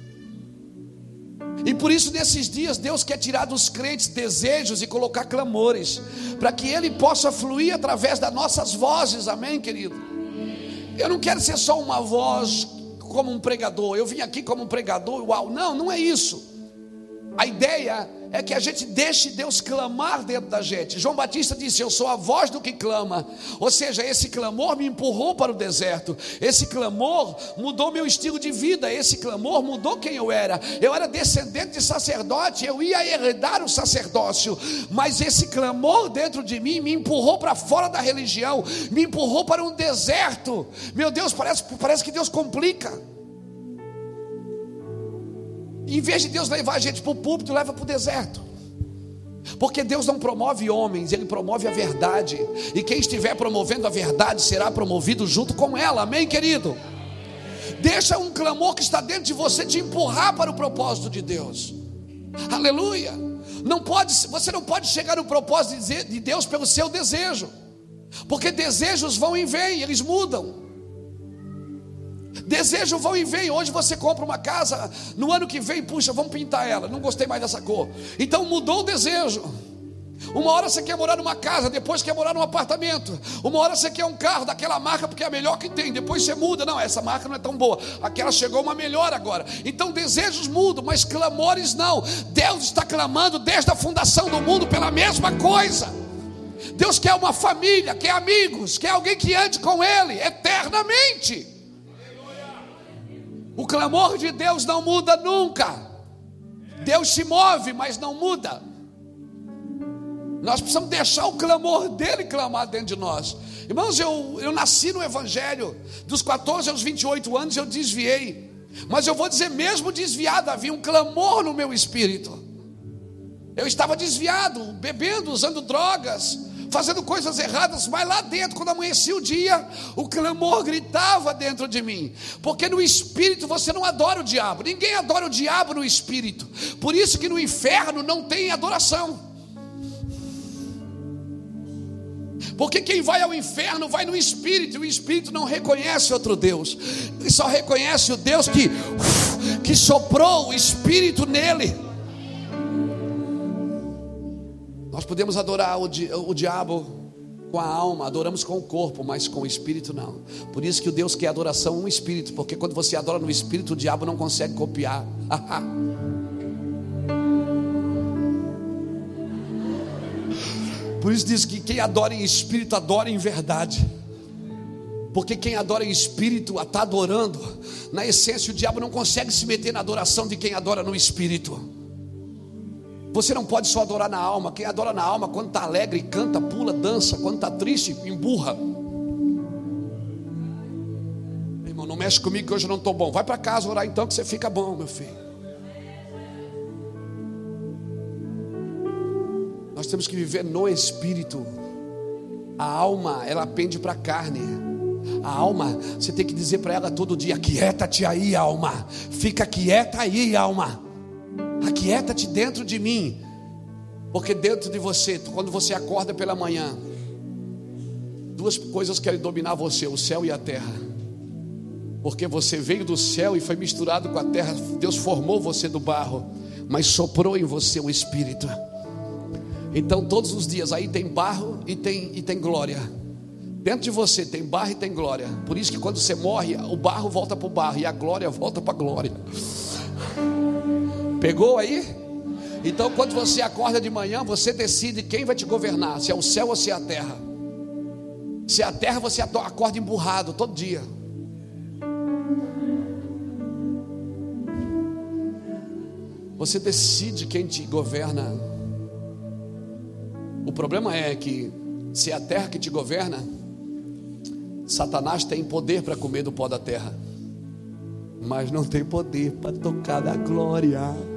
[SPEAKER 2] E por isso nesses dias Deus quer tirar dos crentes desejos e colocar clamores, para que Ele possa fluir através das nossas vozes. Amém, querido? Eu não quero ser só uma voz como um pregador. Eu vim aqui como um pregador, uau, não, não é isso. A ideia é que a gente deixe Deus clamar dentro da gente. João Batista disse: eu sou a voz do que clama. Ou seja, esse clamor me empurrou para o deserto. Esse clamor mudou meu estilo de vida. Esse clamor mudou quem eu era. Eu era descendente de sacerdote, eu ia herdar o sacerdócio. Mas esse clamor dentro de mim me empurrou para fora da religião, me empurrou para um deserto. Meu Deus, parece, parece que Deus complica. Em vez de Deus levar a gente para o púlpito, leva para o deserto. Porque Deus não promove homens, Ele promove a verdade. E quem estiver promovendo a verdade será promovido junto com ela. Amém, querido? Deixa um clamor que está dentro de você te empurrar para o propósito de Deus. Aleluia. Não pode, você não pode chegar no propósito de Deus pelo seu desejo, porque desejos vão e vêm, eles mudam. Desejo vão e vem. Hoje você compra uma casa, no ano que vem, puxa, vamos pintar ela, não gostei mais dessa cor. Então mudou o desejo. Uma hora você quer morar numa casa, depois quer morar num apartamento. Uma hora você quer um carro daquela marca porque é a melhor que tem, depois você muda, não, essa marca não é tão boa, aquela chegou uma melhor agora. Então desejos mudam, mas clamores não. Deus está clamando desde a fundação do mundo pela mesma coisa. Deus quer uma família, quer amigos, quer alguém que ande com Ele eternamente. O clamor de Deus não muda nunca. Deus se move, mas não muda. Nós precisamos deixar o clamor dele clamar dentro de nós. Irmãos, eu, eu nasci no Evangelho. Dos quatorze aos vinte e oito anos eu desviei. Mas eu vou dizer, mesmo desviado, havia um clamor no meu espírito. Eu estava desviado, bebendo, usando drogas, fazendo coisas erradas, mas lá dentro, quando amanhecia o dia, o clamor gritava dentro de mim, porque no espírito você não adora o diabo, ninguém adora o diabo no espírito, por isso que no inferno não tem adoração. Porque quem vai ao inferno vai no espírito, e o espírito não reconhece outro Deus, ele só reconhece o Deus que, que soprou o espírito nele. Nós podemos adorar o, di, o diabo com a alma, adoramos com o corpo, mas com o espírito não. Por isso que o Deus quer adoração no espírito, porque quando você adora no espírito, o diabo não consegue copiar. Por isso diz que quem adora em espírito, adora em verdade. Porque quem adora em espírito, está adorando. Na essência, o diabo não consegue se meter na adoração de quem adora no espírito. Você não pode só adorar na alma. Quem adora na alma, quando está alegre, canta, pula, dança. Quando está triste, emburra. Irmão, não mexe comigo que hoje eu não estou bom. Vai para casa orar então que você fica bom, meu filho. Nós temos que viver no espírito. A alma, ela pende para a carne. A alma, você tem que dizer para ela todo dia: aquieta-te aí, alma. Fica quieta aí, alma. Aquieta-te dentro de mim. Porque dentro de você, quando você acorda pela manhã, duas coisas querem dominar você: o céu e a terra. Porque você veio do céu e foi misturado com a terra. Deus formou você do barro, mas soprou em você o espírito. Então todos os dias aí tem barro e tem, e tem glória. Dentro de você tem barro e tem glória. Por isso que quando você morre, o barro volta para o barro e a glória volta para a glória. Pegou aí? Então quando você acorda de manhã, você decide quem vai te governar, se é o céu ou se é a terra. Se é a terra, você acorda emburrado todo dia. Você decide quem te governa. O problema é que, se é a terra que te governa, Satanás tem poder para comer do pó da terra, mas não tem poder para tocar na glória.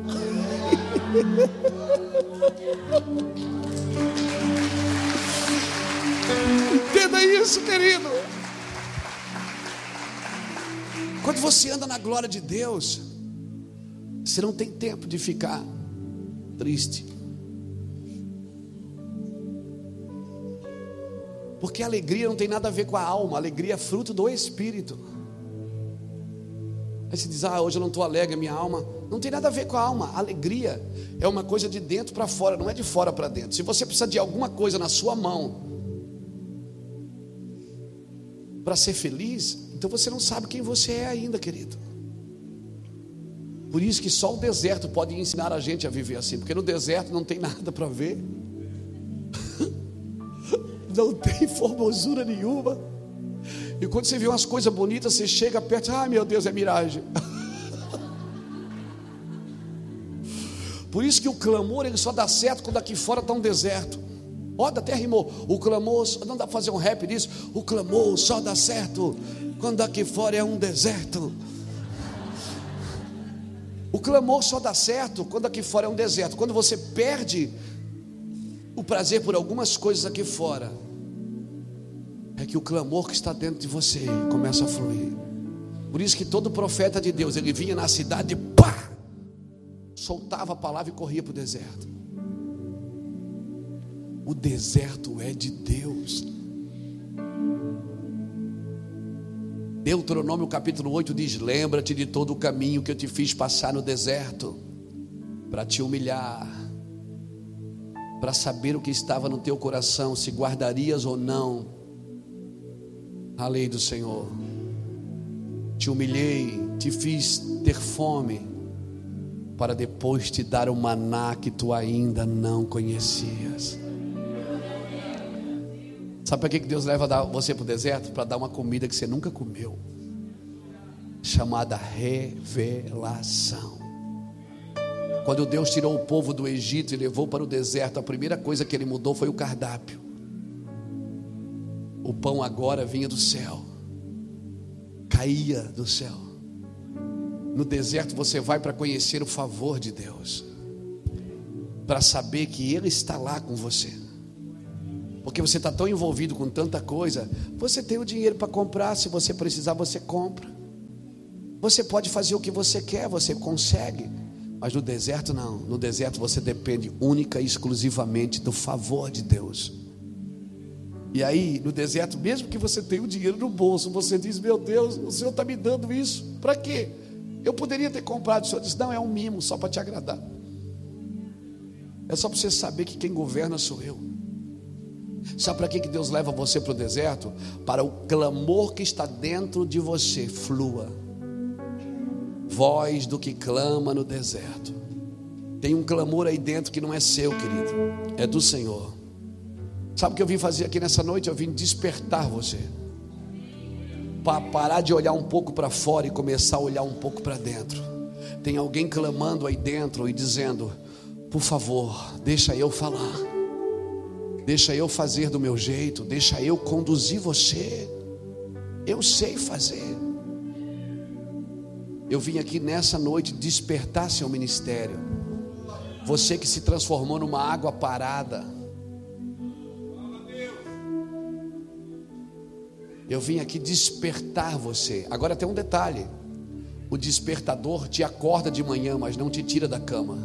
[SPEAKER 2] Entenda isso, querido. Quando você anda na glória de Deus, você não tem tempo de ficar triste. Porque a alegria não tem nada a ver com a alma. A alegria é fruto do espírito. Aí você diz: ah, hoje eu não estou alegre, minha alma. Não tem nada a ver com a alma. A alegria é uma coisa de dentro para fora, não é de fora para dentro. Se você precisa de alguma coisa na sua mão para ser feliz, então você não sabe quem você é ainda, querido. Por isso que só o deserto pode ensinar a gente a viver assim. Porque no deserto não tem nada para ver. Não tem formosura nenhuma. E quando você vê umas coisas bonitas, você chega perto, ai meu Deus, é miragem. Por isso que o clamor, ele só dá certo quando aqui fora está um deserto. Ó, até rimou. O clamor, não dá para fazer um rap disso. O clamor só dá certo quando aqui fora é um deserto. O clamor só dá certo quando aqui fora é um deserto. Quando você perde o prazer por algumas coisas aqui fora, é que o clamor que está dentro de você começa a fluir. Por isso que todo profeta de Deus, ele vinha na cidade e pá, soltava a palavra e corria para o deserto. O deserto é de Deus. Deuteronômio capítulo oito diz: lembra-te de todo o caminho que eu te fiz passar no deserto, para te humilhar, para saber o que estava no teu coração, se guardarias ou não a lei do Senhor. Te humilhei, te fiz ter fome, para depois te dar o maná que tu ainda não conhecias. Sabe para que Deus leva você para o deserto? Para dar uma comida que você nunca comeu, chamada revelação. Quando Deus tirou o povo do Egito e levou para o deserto, a primeira coisa que ele mudou foi o cardápio. O pão agora vinha do céu, caía do céu. No deserto você vai para conhecer o favor de Deus, para saber que Ele está lá com você. Porque você está tão envolvido com tanta coisa. Você tem o dinheiro para comprar, se você precisar você compra. Você pode fazer o que você quer, você consegue. Mas no deserto não, no deserto você depende única e exclusivamente do favor de Deus. E aí no deserto, mesmo que você tenha o dinheiro no bolso, você diz: meu Deus, o Senhor está me dando isso, para quê? Eu poderia ter comprado. O Senhor diz: não, é um mimo, só para te agradar. É só para você saber que quem governa sou eu. Sabe para que que Deus leva você para o deserto? Para o clamor que está dentro de você flua. Voz do que clama no deserto. Tem um clamor aí dentro que não é seu, querido, é do Senhor. Sabe o que eu vim fazer aqui nessa noite? Eu vim despertar você para parar de olhar um pouco para fora e começar a olhar um pouco para dentro. Tem alguém clamando aí dentro e dizendo: por favor, deixa eu falar, deixa eu fazer do meu jeito, deixa eu conduzir você, eu sei fazer. Eu vim aqui nessa noite despertar seu ministério. Você que se transformou numa água parada, eu vim aqui despertar você. Agora tem um detalhe: o despertador te acorda de manhã, mas não te tira da cama.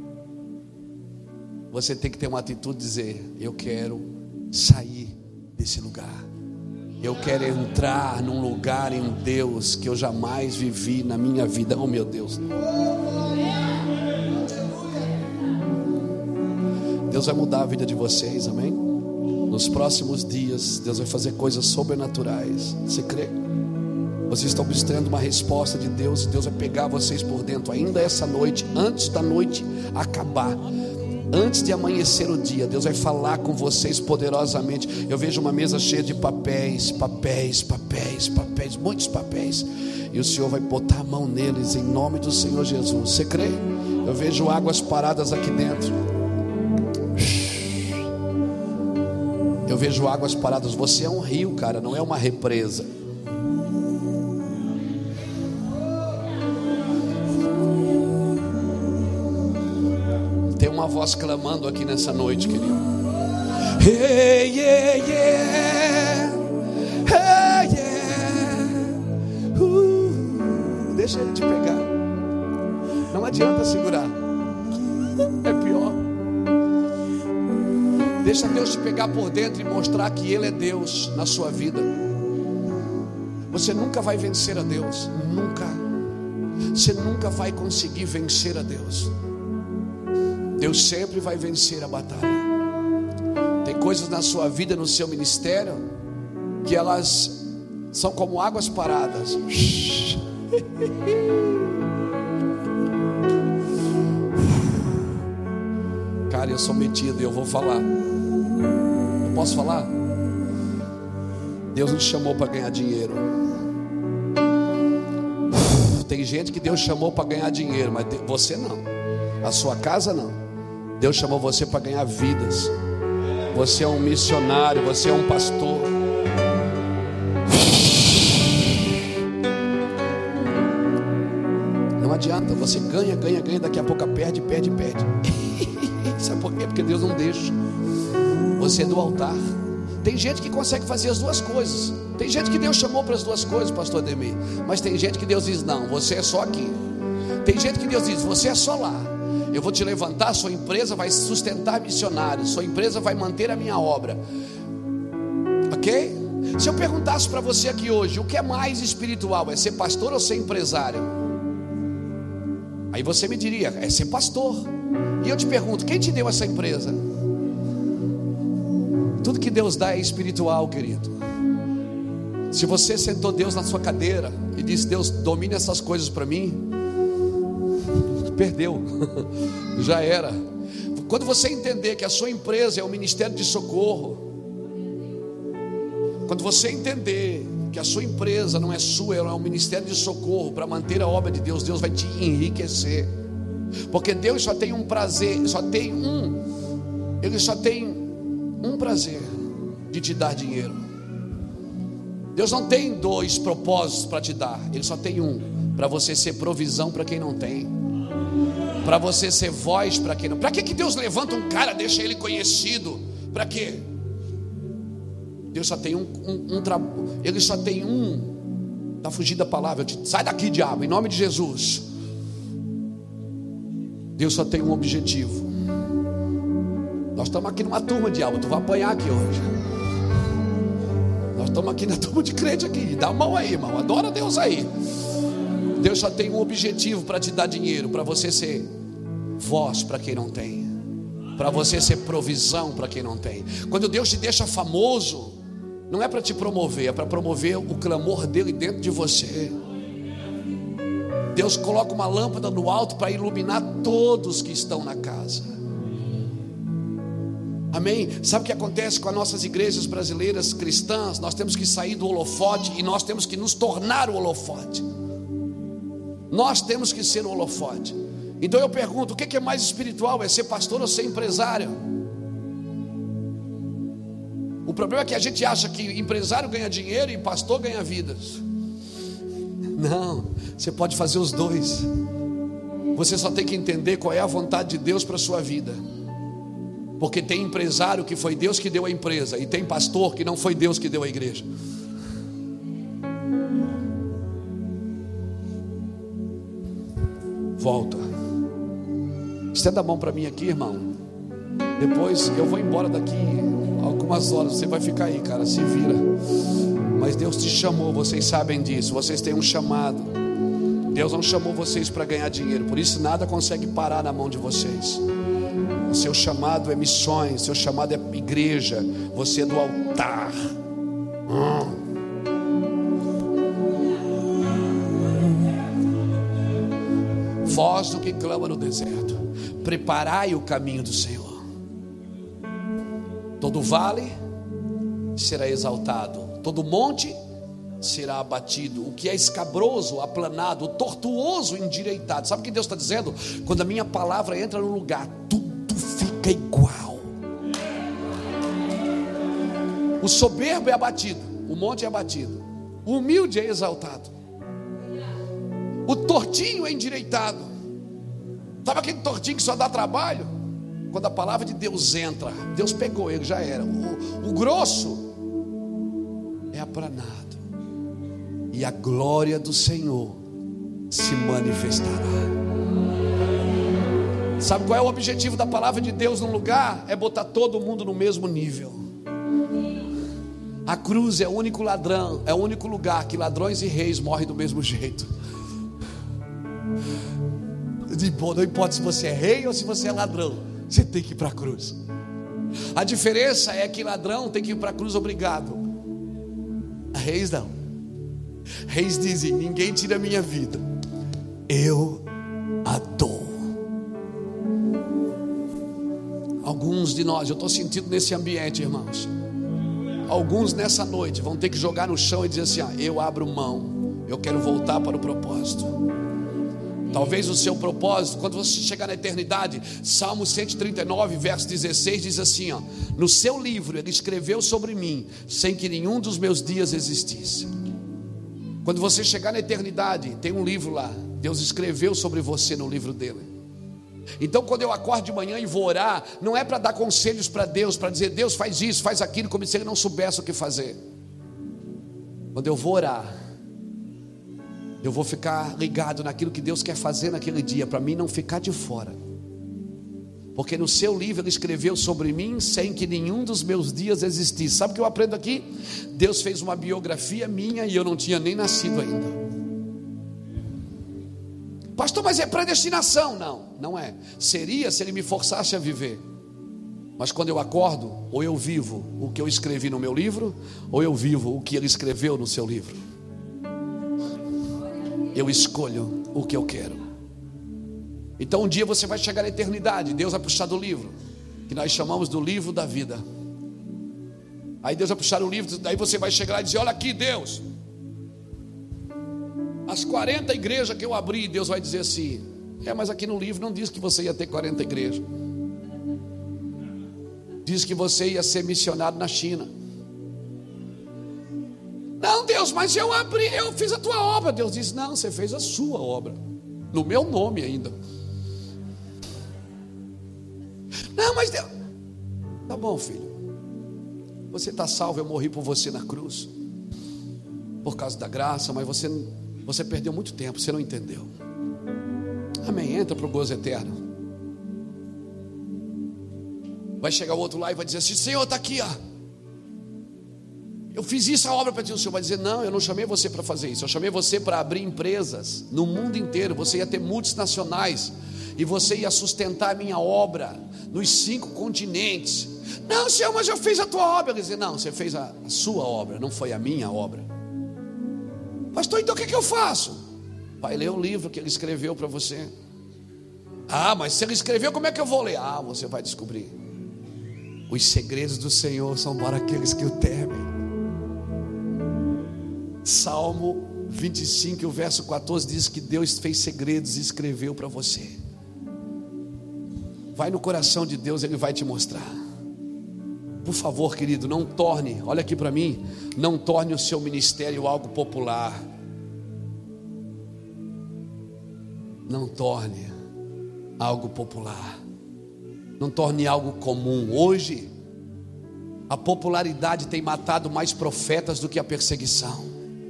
[SPEAKER 2] Você tem que ter uma atitude de dizer: eu quero sair desse lugar, eu quero entrar num lugar em Deus que eu jamais vivi na minha vida. Oh meu Deus, Deus vai mudar a vida de vocês, amém? Nos próximos dias Deus vai fazer coisas sobrenaturais. Você crê? Vocês estão buscando uma resposta de Deus, e Deus vai pegar vocês por dentro ainda essa noite, antes da noite acabar, antes de amanhecer o dia. Deus vai falar com vocês poderosamente. Eu vejo uma mesa cheia de papéis, papéis, papéis, papéis, muitos papéis, e o Senhor vai botar a mão neles em nome do Senhor Jesus. Você crê? Eu vejo águas paradas aqui dentro. Eu vejo águas paradas. Você é um rio, cara, não é uma represa. Tem uma voz clamando aqui nessa noite, querido. Hey, yeah, yeah. Hey, yeah. Uh, deixa ele te pegar. Não adianta segurar. É pior. Deixa Deus te pegar por dentro e mostrar que Ele é Deus na sua vida. Você nunca vai vencer a Deus. Nunca. Você nunca vai conseguir vencer a Deus. Deus sempre vai vencer a batalha. Tem coisas na sua vida, no seu ministério, que elas são como águas paradas. Cara, eu sou metido e eu vou falar. Eu posso falar? Deus nos chamou para ganhar dinheiro. Tem gente que Deus chamou para ganhar dinheiro, mas você não. A sua casa não. Deus chamou você para ganhar vidas. Você é um missionário, você é um pastor. Não adianta, você ganha, ganha, ganha, daqui a pouco perde, perde, perde. Sabe por quê? Porque Deus não deixa. Você é do altar. Tem gente que consegue fazer as duas coisas. Tem gente que Deus chamou para as duas coisas, pastor Ademir. Mas tem gente que Deus diz: não, você é só aqui. Tem gente que Deus diz: você é só lá. Eu vou te levantar, sua empresa vai sustentar missionários, sua empresa vai manter a minha obra. Ok? Se eu perguntasse para você aqui hoje, o que é mais espiritual? É ser pastor ou ser empresário? Aí você me diria: é ser pastor. E eu te pergunto: quem te deu essa empresa? Tudo que Deus dá é espiritual, querido. Se você sentou Deus na sua cadeira e disse: Deus, domine essas coisas para mim, perdeu. Já era. Quando você entender que a sua empresa é um ministério de socorro, quando você entender que a sua empresa não é sua, ela é um ministério de socorro para manter a obra de Deus, Deus vai te enriquecer. Porque Deus só tem um prazer, só tem um, Ele só tem um prazer de te dar dinheiro. Deus não tem dois propósitos para te dar, Ele só tem um: para você ser provisão para quem não tem, para você ser voz para quem não. Para que que Deus levanta um cara, deixa ele conhecido? Para quê? Deus só tem um, um, um tra... Ele só tem um. Está fugindo da palavra. Eu te... Sai daqui, diabo, em nome de Jesus. Deus só tem um objetivo. Nós estamos aqui numa turma, diabo. Tu vai apanhar aqui hoje. Nós estamos aqui na turma de crente aqui. Dá a mão aí, irmão. Adora Deus aí. Deus só tem um objetivo para te dar dinheiro, para você ser voz para quem não tem, para você ser provisão para quem não tem. Quando Deus te deixa famoso, não é para te promover, é para promover o clamor dele dentro de você. Deus coloca uma lâmpada no alto para iluminar todos que estão na casa. Amém? Sabe o que acontece com as nossas igrejas brasileiras cristãs? Nós temos que sair do holofote e nós temos que nos tornar o holofote. Nós temos que ser o holofote. Então eu pergunto, o que é mais espiritual? É ser pastor ou ser empresário? O problema é que a gente acha que empresário ganha dinheiro e pastor ganha vidas. Não, você pode fazer os dois. Você só tem que entender qual é a vontade de Deus para a sua vida. Porque tem empresário que foi Deus que deu a empresa, e tem pastor que não foi Deus que deu a igreja. Volta. Estenda a mão para mim aqui, irmão. Depois eu vou embora daqui algumas horas. Você vai ficar aí, cara, se vira. Mas Deus te chamou, vocês sabem disso. Vocês têm um chamado. Deus não chamou vocês para ganhar dinheiro. Por isso nada consegue parar na mão de vocês. O seu chamado é missões. Seu chamado é igreja. Você é do altar. hum. Voz do que clama no deserto, preparai o caminho do Senhor. Todo vale será exaltado, todo monte será abatido. O que é escabroso, aplanado, tortuoso, endireitado. Sabe o que Deus está dizendo? Quando a minha palavra entra no lugar, tudo fica igual. O soberbo é abatido, o monte é abatido, o humilde é exaltado, o tortinho é endireitado. Sabe aquele tortinho que só dá trabalho? Quando a palavra de Deus entra, Deus pegou ele, já era. O, o grosso é aplanado, e a glória do Senhor se manifestará. Sabe qual é o objetivo da palavra de Deus num lugar? É botar todo mundo no mesmo nível. A cruz é o único ladrão, é o único lugar que ladrões e reis morrem do mesmo jeito. Não importa se você é rei ou se você é ladrão, você tem que ir para a cruz. A diferença é que ladrão tem que ir para a cruz obrigado. Reis não. Reis dizem: ninguém tira a minha vida, eu a dou. Alguns de nós, eu estou sentindo nesse ambiente, irmãos, alguns nessa noite vão ter que jogar no chão e dizer assim: ah, eu abro mão, eu quero voltar para o propósito. Talvez o seu propósito, quando você chegar na eternidade, Salmo cento e trinta e nove, verso dezesseis, diz assim, ó: no seu livro ele escreveu sobre mim, sem que nenhum dos meus dias existisse. Quando você chegar na eternidade, tem um livro lá, Deus escreveu sobre você no livro dele. Então quando eu acordo de manhã e vou orar, não é para dar conselhos para Deus, para dizer: Deus faz isso, faz aquilo, como se ele não soubesse o que fazer. Quando eu vou orar, eu vou ficar ligado naquilo que Deus quer fazer naquele dia, para mim não ficar de fora. Porque no seu livro ele escreveu sobre mim sem que nenhum dos meus dias existisse. Sabe o que eu aprendo aqui? Deus fez uma biografia minha e eu não tinha nem nascido ainda. Pastor, mas é predestinação? Não, não é. Seria se ele me forçasse a viver. Mas quando eu acordo, ou eu vivo o que eu escrevi no meu livro, ou eu vivo o que ele escreveu no seu livro. Eu escolho o que eu quero. Então um dia você vai chegar na eternidade, Deus vai puxar do livro, que nós chamamos do livro da vida. Aí Deus vai puxar o livro, daí você vai chegar lá e dizer: olha aqui, Deus, as quarenta igrejas que eu abri. Deus vai dizer assim: é, mas aqui no livro não diz que você ia ter quarenta igrejas. Diz que você ia ser missionário na China. Não, Deus, mas eu abri, eu fiz a tua obra. Deus diz: não, você fez a sua obra, no meu nome ainda. Não, mas Deus... Tá bom, filho, Você está salvo, eu morri por você na cruz, por causa da graça, mas você, você perdeu muito tempo, você não entendeu. Amém, entra para o gozo eterno. Vai chegar o outro lá e vai dizer assim: Senhor, está aqui, ó, eu fiz isso, a obra para ti. O Senhor vai dizer: não, eu não chamei você para fazer isso, eu chamei você para abrir empresas no mundo inteiro. Você ia ter multinacionais e você ia sustentar a minha obra nos cinco continentes. Não, Senhor, mas eu fiz a tua obra. Ele dizer: não, você fez a, a sua obra, não foi a minha obra. Pastor, então o que, que eu faço? Vai ler o livro que ele escreveu para você. Ah, mas se ele escreveu, como é que eu vou ler? Ah, você vai descobrir. Os segredos do Senhor são para aqueles que o temem. Salmo vinte e cinco, o verso quatorze diz que Deus fez segredos e escreveu para você. Vai no coração de Deus, Ele vai te mostrar. Por favor, querido, não torne, olha aqui para mim, não torne o seu ministério algo popular. Não torne algo popular. Não torne algo comum. Hoje, a popularidade tem matado mais profetas do que a perseguição.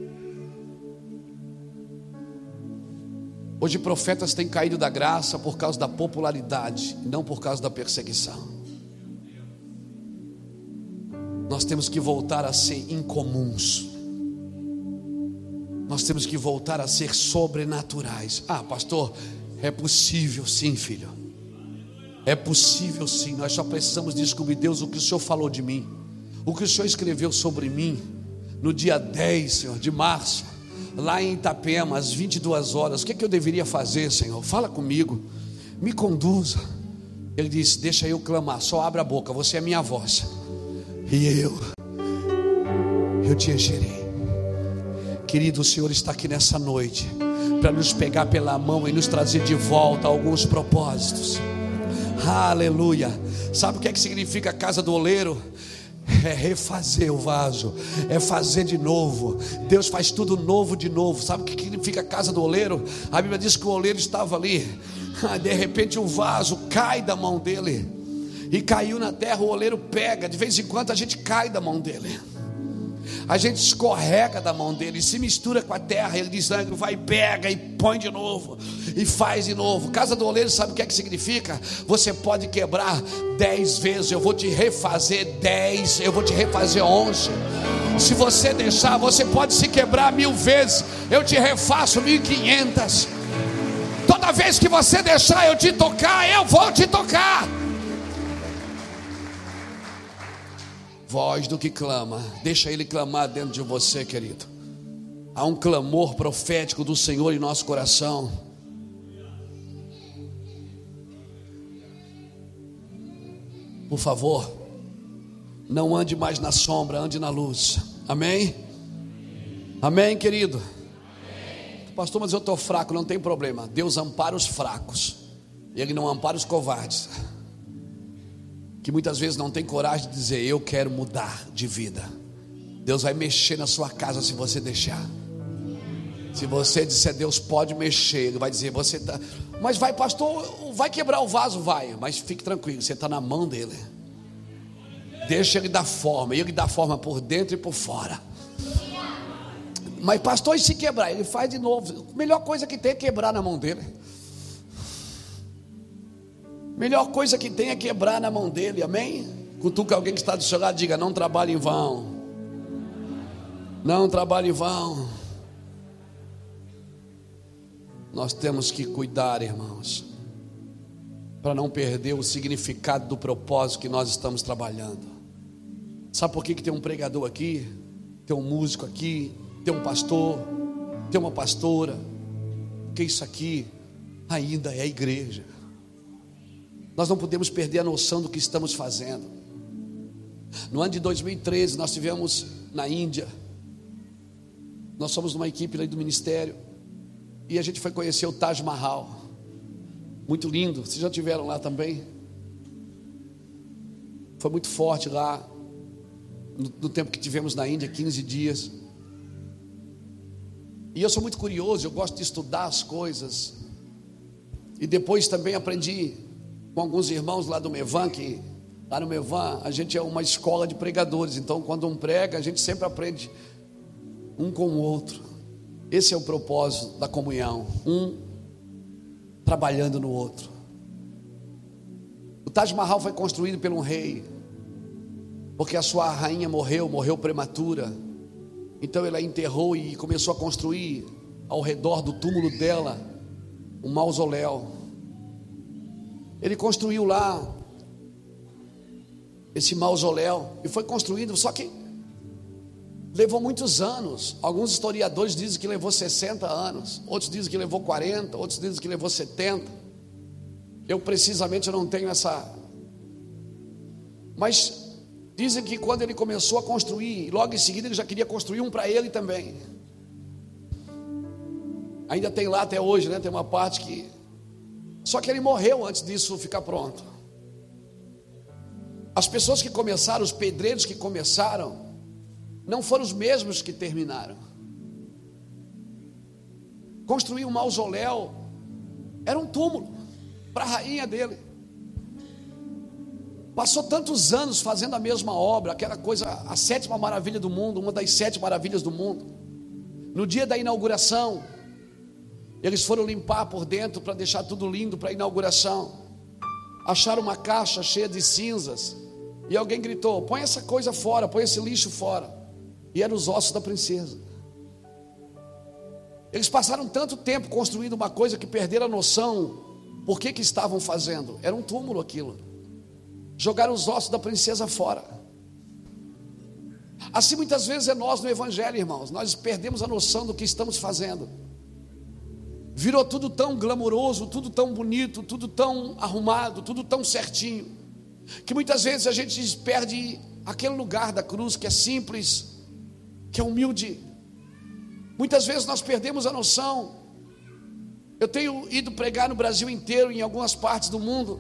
[SPEAKER 2] Hoje profetas têm caído da graça por causa da popularidade, e não por causa da perseguição. Nós temos que voltar a ser incomuns. Nós temos que voltar a ser sobrenaturais. Ah, pastor, é possível sim, filho. É possível sim. Nós só precisamos descobrir, Deus, o que o Senhor falou de mim, o que o Senhor escreveu sobre mim no dia dez, Senhor, de março, lá em Itapema, às vinte e duas horas. O que é que eu deveria fazer, Senhor? Fala comigo, me conduza. Ele disse: deixa eu clamar, só abra a boca, você é minha voz, e eu Eu te encherei. Querido, o Senhor está aqui nessa noite para nos pegar pela mão e nos trazer de volta alguns propósitos. Aleluia. Sabe o que é que significa a casa do oleiro? É refazer o vaso, é fazer de novo. Deus faz tudo novo de novo. Sabe o que significa a casa do oleiro? A Bíblia diz que o oleiro estava ali, de repente o vaso cai da mão dele, e caiu na terra. O oleiro pega, de vez em quando a gente cai da mão dele, a gente escorrega da mão dele, se mistura com a terra. Ele diz: não, vai, pega e põe de novo, e faz de novo. Casa do oleiro, sabe o que é que significa? Você pode quebrar dez vezes, eu vou te refazer dez, eu vou te refazer onze. Se você deixar, você pode se quebrar mil vezes, eu te refaço mil e quinhentas. Toda vez que você deixar eu te tocar, eu vou te tocar. Voz do que clama, deixa ele clamar dentro de você, querido. Há um clamor profético do Senhor em nosso coração. Por favor, não ande mais na sombra, ande na luz. Amém? Amém, querido? Amém. Pastor, mas eu estou fraco. Não tem problema, Deus ampara os fracos, Ele não ampara os covardes, que muitas vezes não tem coragem de dizer: eu quero mudar de vida. Deus vai mexer na sua casa se você deixar. Se você disser: Deus pode mexer, Ele vai dizer: você está, mas vai, pastor, vai quebrar o vaso, vai, mas fique tranquilo, você está na mão dele. Deixa Ele dar forma, Ele dá forma por dentro e por fora. Mas pastor, e se quebrar? Ele faz de novo. A melhor coisa que tem é quebrar na mão dele. Melhor coisa que tem é quebrar na mão dele, amém? Cutuca alguém que está do seu lado, diga: não trabalhe em vão. Não trabalhe em vão. Nós temos que cuidar, irmãos, para não perder o significado do propósito que nós estamos trabalhando. Sabe por que, que tem um pregador aqui, tem um músico aqui, tem um pastor, tem uma pastora? Porque isso aqui ainda é a igreja. Nós não podemos perder a noção do que estamos fazendo. No ano de dois mil e treze, nós estivemos na Índia. Nós somos uma equipe ali do ministério, e a gente foi conhecer o Taj Mahal. Muito lindo, vocês já estiveram lá também? Foi muito forte lá, no, no tempo que tivemos na Índia, quinze dias. E eu sou muito curioso, eu gosto de estudar as coisas. E depois também aprendi com alguns irmãos lá do Mevan, que Lá no Mevan, a gente é uma escola de pregadores. Então, quando um prega, a gente sempre aprende um com o outro. Esse é o propósito da comunhão. Um trabalhando no outro. O Taj Mahal foi construído por um rei, porque a sua rainha morreu, morreu prematura. Então ele a enterrou e começou a construir ao redor do túmulo dela um mausoléu. Ele construiu lá esse mausoléu e foi construído, só que levou muitos anos. Alguns historiadores dizem que levou sessenta anos, outros dizem que levou quarenta, outros dizem que levou setenta. Eu precisamente não tenho essa, mas dizem que quando ele começou a construir, logo em seguida ele já queria construir um para ele também. Ainda tem lá até hoje, né? Tem uma parte que, só que ele morreu antes disso ficar pronto. As pessoas que começaram, os pedreiros que começaram, não foram os mesmos que terminaram. Construir um mausoléu era um túmulo para a rainha dele. Passou tantos anos fazendo a mesma obra, aquela coisa, a sétima maravilha do mundo, uma das sete maravilhas do mundo. No dia da inauguração, eles foram limpar por dentro para deixar tudo lindo para a inauguração. Acharam uma caixa cheia de cinzas e alguém gritou: põe essa coisa fora, põe esse lixo fora. E eram os ossos da princesa. Eles passaram tanto tempo construindo uma coisa que perderam a noção por que que estavam fazendo. Era um túmulo aquilo. Jogaram os ossos da princesa fora. Assim muitas vezes é nós no evangelho, irmãos. Nós perdemos a noção do que estamos fazendo. Virou tudo tão glamouroso, tudo tão bonito, tudo tão arrumado, tudo tão certinho, que muitas vezes a gente perde aquele lugar da cruz que é simples, que é humilde. Muitas vezes nós perdemos a noção. Eu tenho ido pregar no Brasil inteiro, em algumas partes do mundo.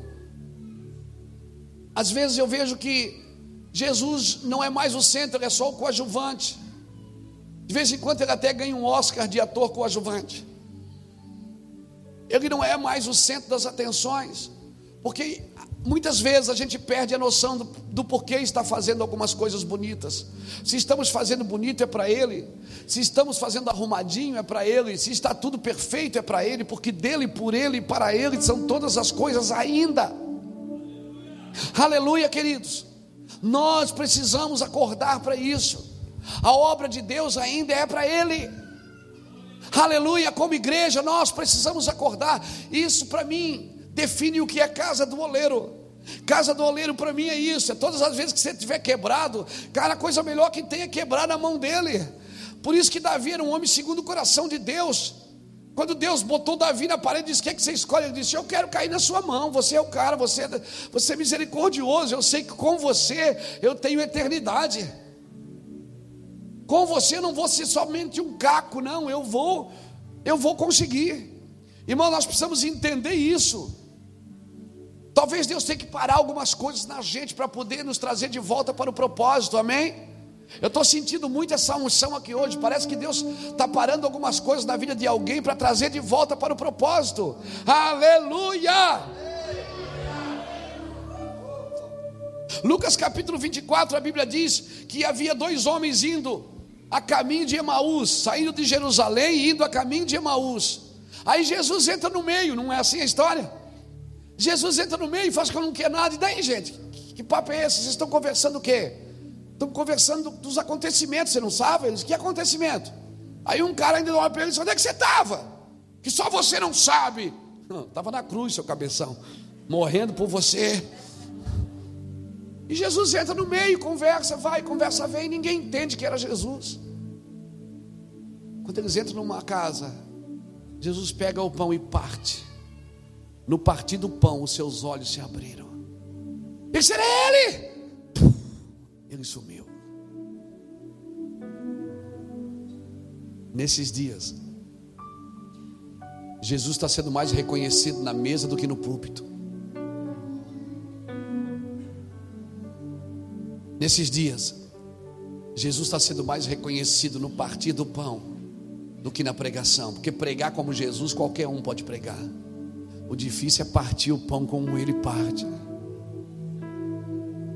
[SPEAKER 2] Às vezes eu vejo que Jesus não é mais o centro, ele é só o coadjuvante. De vez em quando ele até ganha um Oscar de ator coadjuvante. Ele não é mais o centro das atenções, porque muitas vezes a gente perde a noção do, do porquê está fazendo algumas coisas bonitas. Se estamos fazendo bonito é para Ele, se estamos fazendo arrumadinho é para Ele, se está tudo perfeito é para Ele, porque dele, por Ele e para Ele são todas as coisas ainda. Aleluia, queridos. Nós precisamos acordar para isso. A obra de Deus ainda é para Ele. Aleluia, como igreja nós precisamos acordar. Isso para mim define o que é casa do oleiro. Casa do oleiro para mim é isso. É todas as vezes que você estiver quebrado, cara, a coisa melhor que tem é quebrar na mão dele. Por isso que Davi era um homem segundo o coração de Deus. Quando Deus botou Davi na parede, disse: o que é que você escolhe? Ele disse: eu quero cair na sua mão, você é o cara, você é, você é misericordioso, eu sei que com você eu tenho eternidade. Com você eu não vou ser somente um caco, não, eu vou, eu vou conseguir. Irmão, nós precisamos entender isso. Talvez Deus tenha que parar algumas coisas na gente para poder nos trazer de volta para o propósito, amém? Eu estou sentindo muito essa unção aqui hoje. Parece que Deus está parando algumas coisas na vida de alguém para trazer de volta para o propósito. Aleluia! Lucas capítulo vinte e quatro, a Bíblia diz que havia dois homens indo a caminho de Emaús, saindo de Jerusalém e indo a caminho de Emaús. Aí Jesus entra no meio, não é assim a história? Jesus entra no meio e faz que não quer nada. E daí, gente, que papo é esse? Vocês estão conversando o quê? Estão conversando dos acontecimentos, você não sabe? Eles, que acontecimento? Aí um cara ainda dá uma pergunta: onde é que você estava? Que só você não sabe. Estava na cruz, seu cabeção, morrendo por você. E Jesus entra no meio, conversa, vai, conversa, vem. Ninguém entende que era Jesus. Quando eles entram numa casa, Jesus pega o pão e parte. No partir do pão, os seus olhos se abriram. Esse era ele. Ele sumiu. Nesses dias, Jesus está sendo mais reconhecido na mesa do que no púlpito. Nesses dias, Jesus está sendo mais reconhecido no partir do pão do que na pregação. Porque pregar como Jesus, qualquer um pode pregar. O difícil é partir o pão como Ele parte.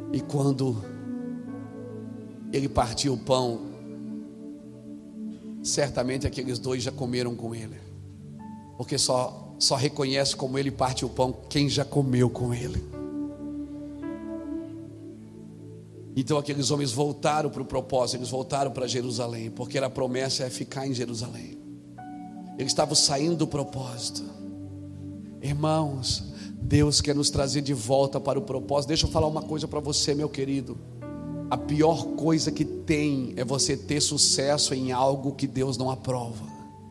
[SPEAKER 2] E quando ele partiu o pão, certamente aqueles dois já comeram com ele, porque só, só reconhece como ele parte o pão quem já comeu com ele. Então aqueles homens voltaram para o propósito, eles voltaram para Jerusalém, porque a promessa é ficar em Jerusalém. Eles estavam saindo do propósito. Irmãos, Deus quer nos trazer de volta para o propósito. Deixa eu falar uma coisa para você, meu querido. A pior coisa que tem é você ter sucesso em algo que Deus não aprova.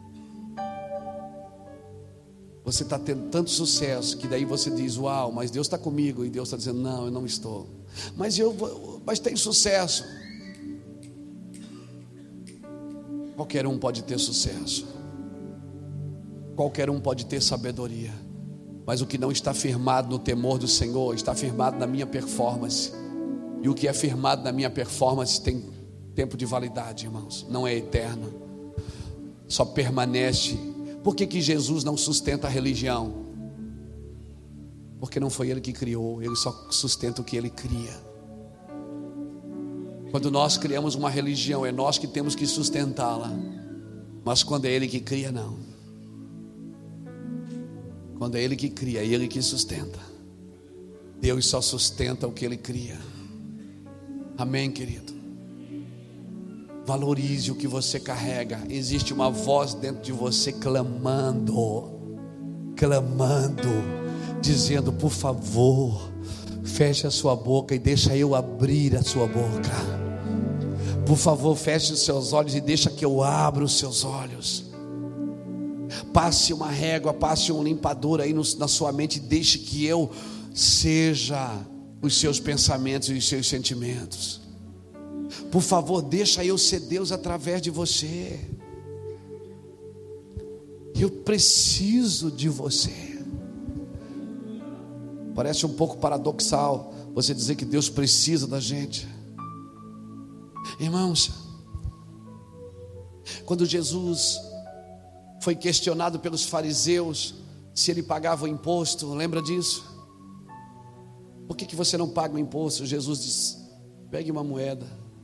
[SPEAKER 2] Você está tendo tanto sucesso que daí você diz: uau, mas Deus está comigo. E Deus está dizendo: não, eu não estou. Mas eu, mas tem sucesso. Qualquer um pode ter sucesso. Qualquer um pode ter sabedoria. Mas o que não está firmado no temor do Senhor está firmado na minha performance. E o que é firmado na minha performance tem tempo de validade, irmãos. Não é eterno. Só permanece. Por que que Jesus não sustenta a religião? Porque não foi Ele que criou. Ele só sustenta o que Ele cria. Quando nós criamos uma religião, é nós que temos que sustentá-la. Mas quando é Ele que cria, não. Quando é Ele que cria, é Ele que sustenta. Deus só sustenta o que Ele cria. Amém, querido? Valorize o que você carrega. Existe uma voz dentro de você clamando, clamando, dizendo: por favor, feche a sua boca e deixa eu abrir a sua boca. Por favor, feche os seus olhos e deixa que eu abra os seus olhos. Passe uma régua, passe um limpador aí no, na sua mente e deixe que eu seja os seus pensamentos e os seus sentimentos. Por favor, deixa eu ser Deus através de você. Eu preciso de você. Parece um pouco paradoxal você dizer que Deus precisa da gente. Irmãos, quando Jesus foi questionado pelos fariseus se ele pagava o imposto, lembra disso? Por que que você não paga o imposto? Jesus disse: pegue uma moeda.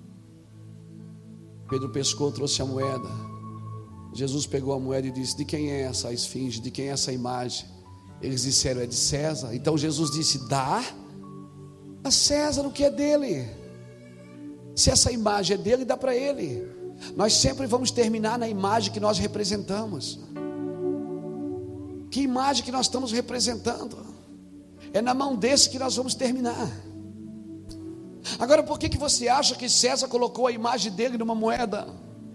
[SPEAKER 2] Pedro pescou, trouxe a moeda. Jesus pegou a moeda e disse: de quem é essa esfinge? De quem é essa imagem? Eles disseram: é de César. Então Jesus disse: dá a César o que é dele. Se essa imagem é dele, dá para ele. Nós sempre vamos terminar na imagem que nós representamos. Que imagem que nós estamos representando? É na mão desse que nós vamos terminar. Agora, por que que você acha que César colocou a imagem dele numa moeda?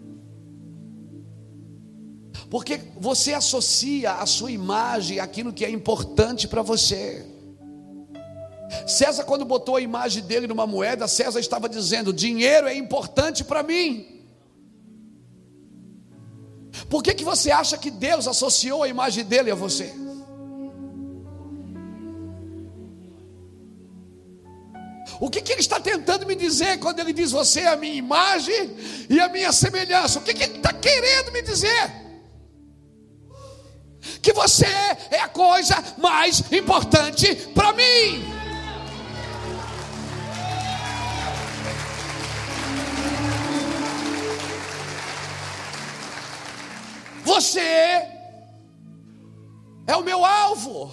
[SPEAKER 2] Porque você associa a sua imagem àquilo que é importante para você. César, quando botou a imagem dele numa moeda, César estava dizendo: dinheiro é importante para mim. Por que que você acha que Deus associou a imagem dele a você? O que que ele está tentando me dizer quando ele diz: você é a minha imagem e a minha semelhança? O que que ele está querendo me dizer? Que você é a coisa mais importante para mim. Você é o meu alvo.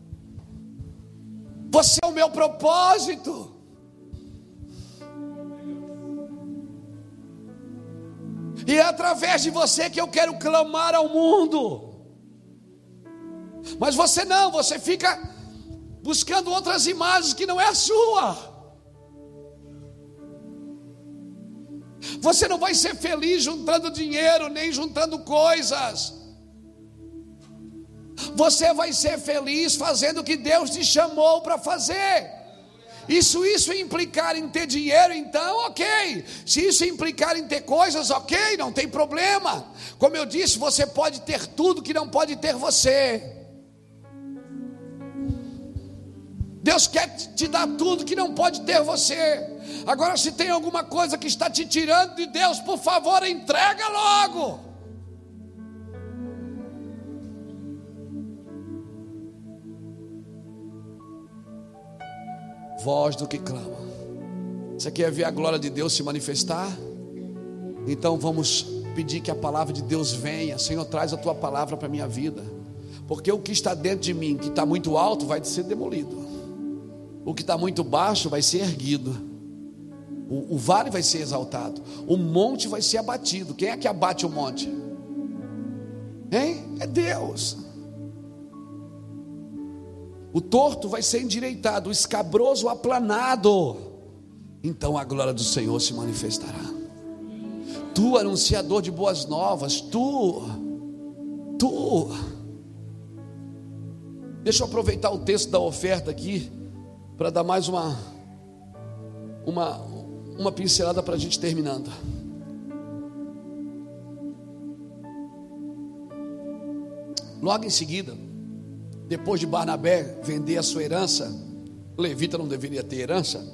[SPEAKER 2] Você é o meu propósito. E é através de você que eu quero clamar ao mundo. Mas você não, você fica buscando outras imagens que não é a sua. Você não vai ser feliz juntando dinheiro, nem juntando coisas. Você vai ser feliz fazendo o que Deus te chamou para fazer. Isso, isso implicar em ter dinheiro, então ok. Se isso implicar em ter coisas, ok, não tem problema. Como eu disse, você pode ter tudo que não pode ter você. Deus quer te dar tudo que não pode ter você. Agora, se tem alguma coisa que está te tirando de Deus, por favor, entrega logo. Voz do que clama. Você quer ver a glória de Deus se manifestar? Então vamos pedir que a palavra de Deus venha. Senhor, traz a tua palavra para a minha vida, porque o que está dentro de mim, que está muito alto, vai ser demolido, o que está muito baixo vai ser erguido, o, o vale vai ser exaltado, o monte vai ser abatido. Quem é que abate o monte? Hein? É Deus. O torto vai ser endireitado, o escabroso aplanado. Então a glória do Senhor se manifestará. Tu, anunciador de boas novas, tu, tu, deixa eu aproveitar o texto da oferta aqui, para dar mais uma, uma, uma pincelada para a gente terminando. Logo em seguida, depois de Barnabé vender a sua herança, levita não deveria ter herança.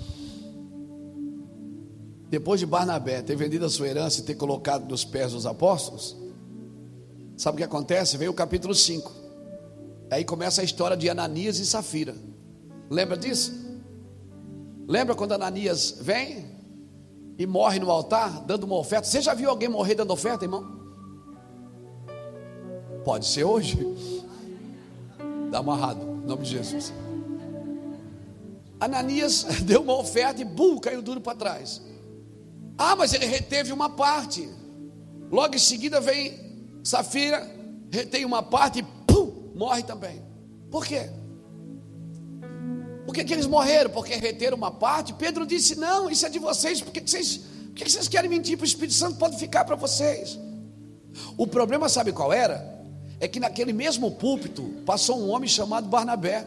[SPEAKER 2] Depois de Barnabé ter vendido a sua herança e ter colocado nos pés dos apóstolos, sabe o que acontece? Veio o capítulo cinco. Aí começa a história de Ananias e Safira. Lembra disso? Lembra quando Ananias vem e morre no altar, dando uma oferta? Você já viu alguém morrer dando oferta, irmão? Pode ser hoje. Está amarrado, em nome de Jesus. Ananias deu uma oferta e bum, caiu duro para trás. Ah, mas ele reteve uma parte. Logo em seguida vem Safira, retém uma parte e pum, morre também. Por quê? Por que, que eles morreram? Porque reteram uma parte. Pedro disse: não, isso é de vocês. Por que, que, vocês, por que, que vocês querem mentir para o Espírito Santo? Pode ficar para vocês. O problema, sabe qual era? É que naquele mesmo púlpito passou um homem chamado Barnabé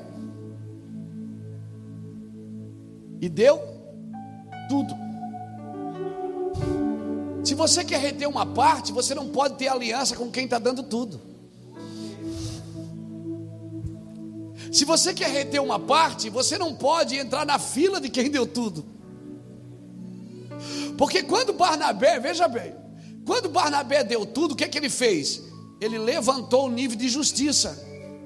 [SPEAKER 2] e deu tudo. Se você quer reter uma parte, você não pode ter aliança com quem está dando tudo. Se você quer reter uma parte, você não pode entrar na fila de quem deu tudo. Porque quando Barnabé, veja bem, quando Barnabé deu tudo, o que é que ele fez? Ele levantou o nível de justiça.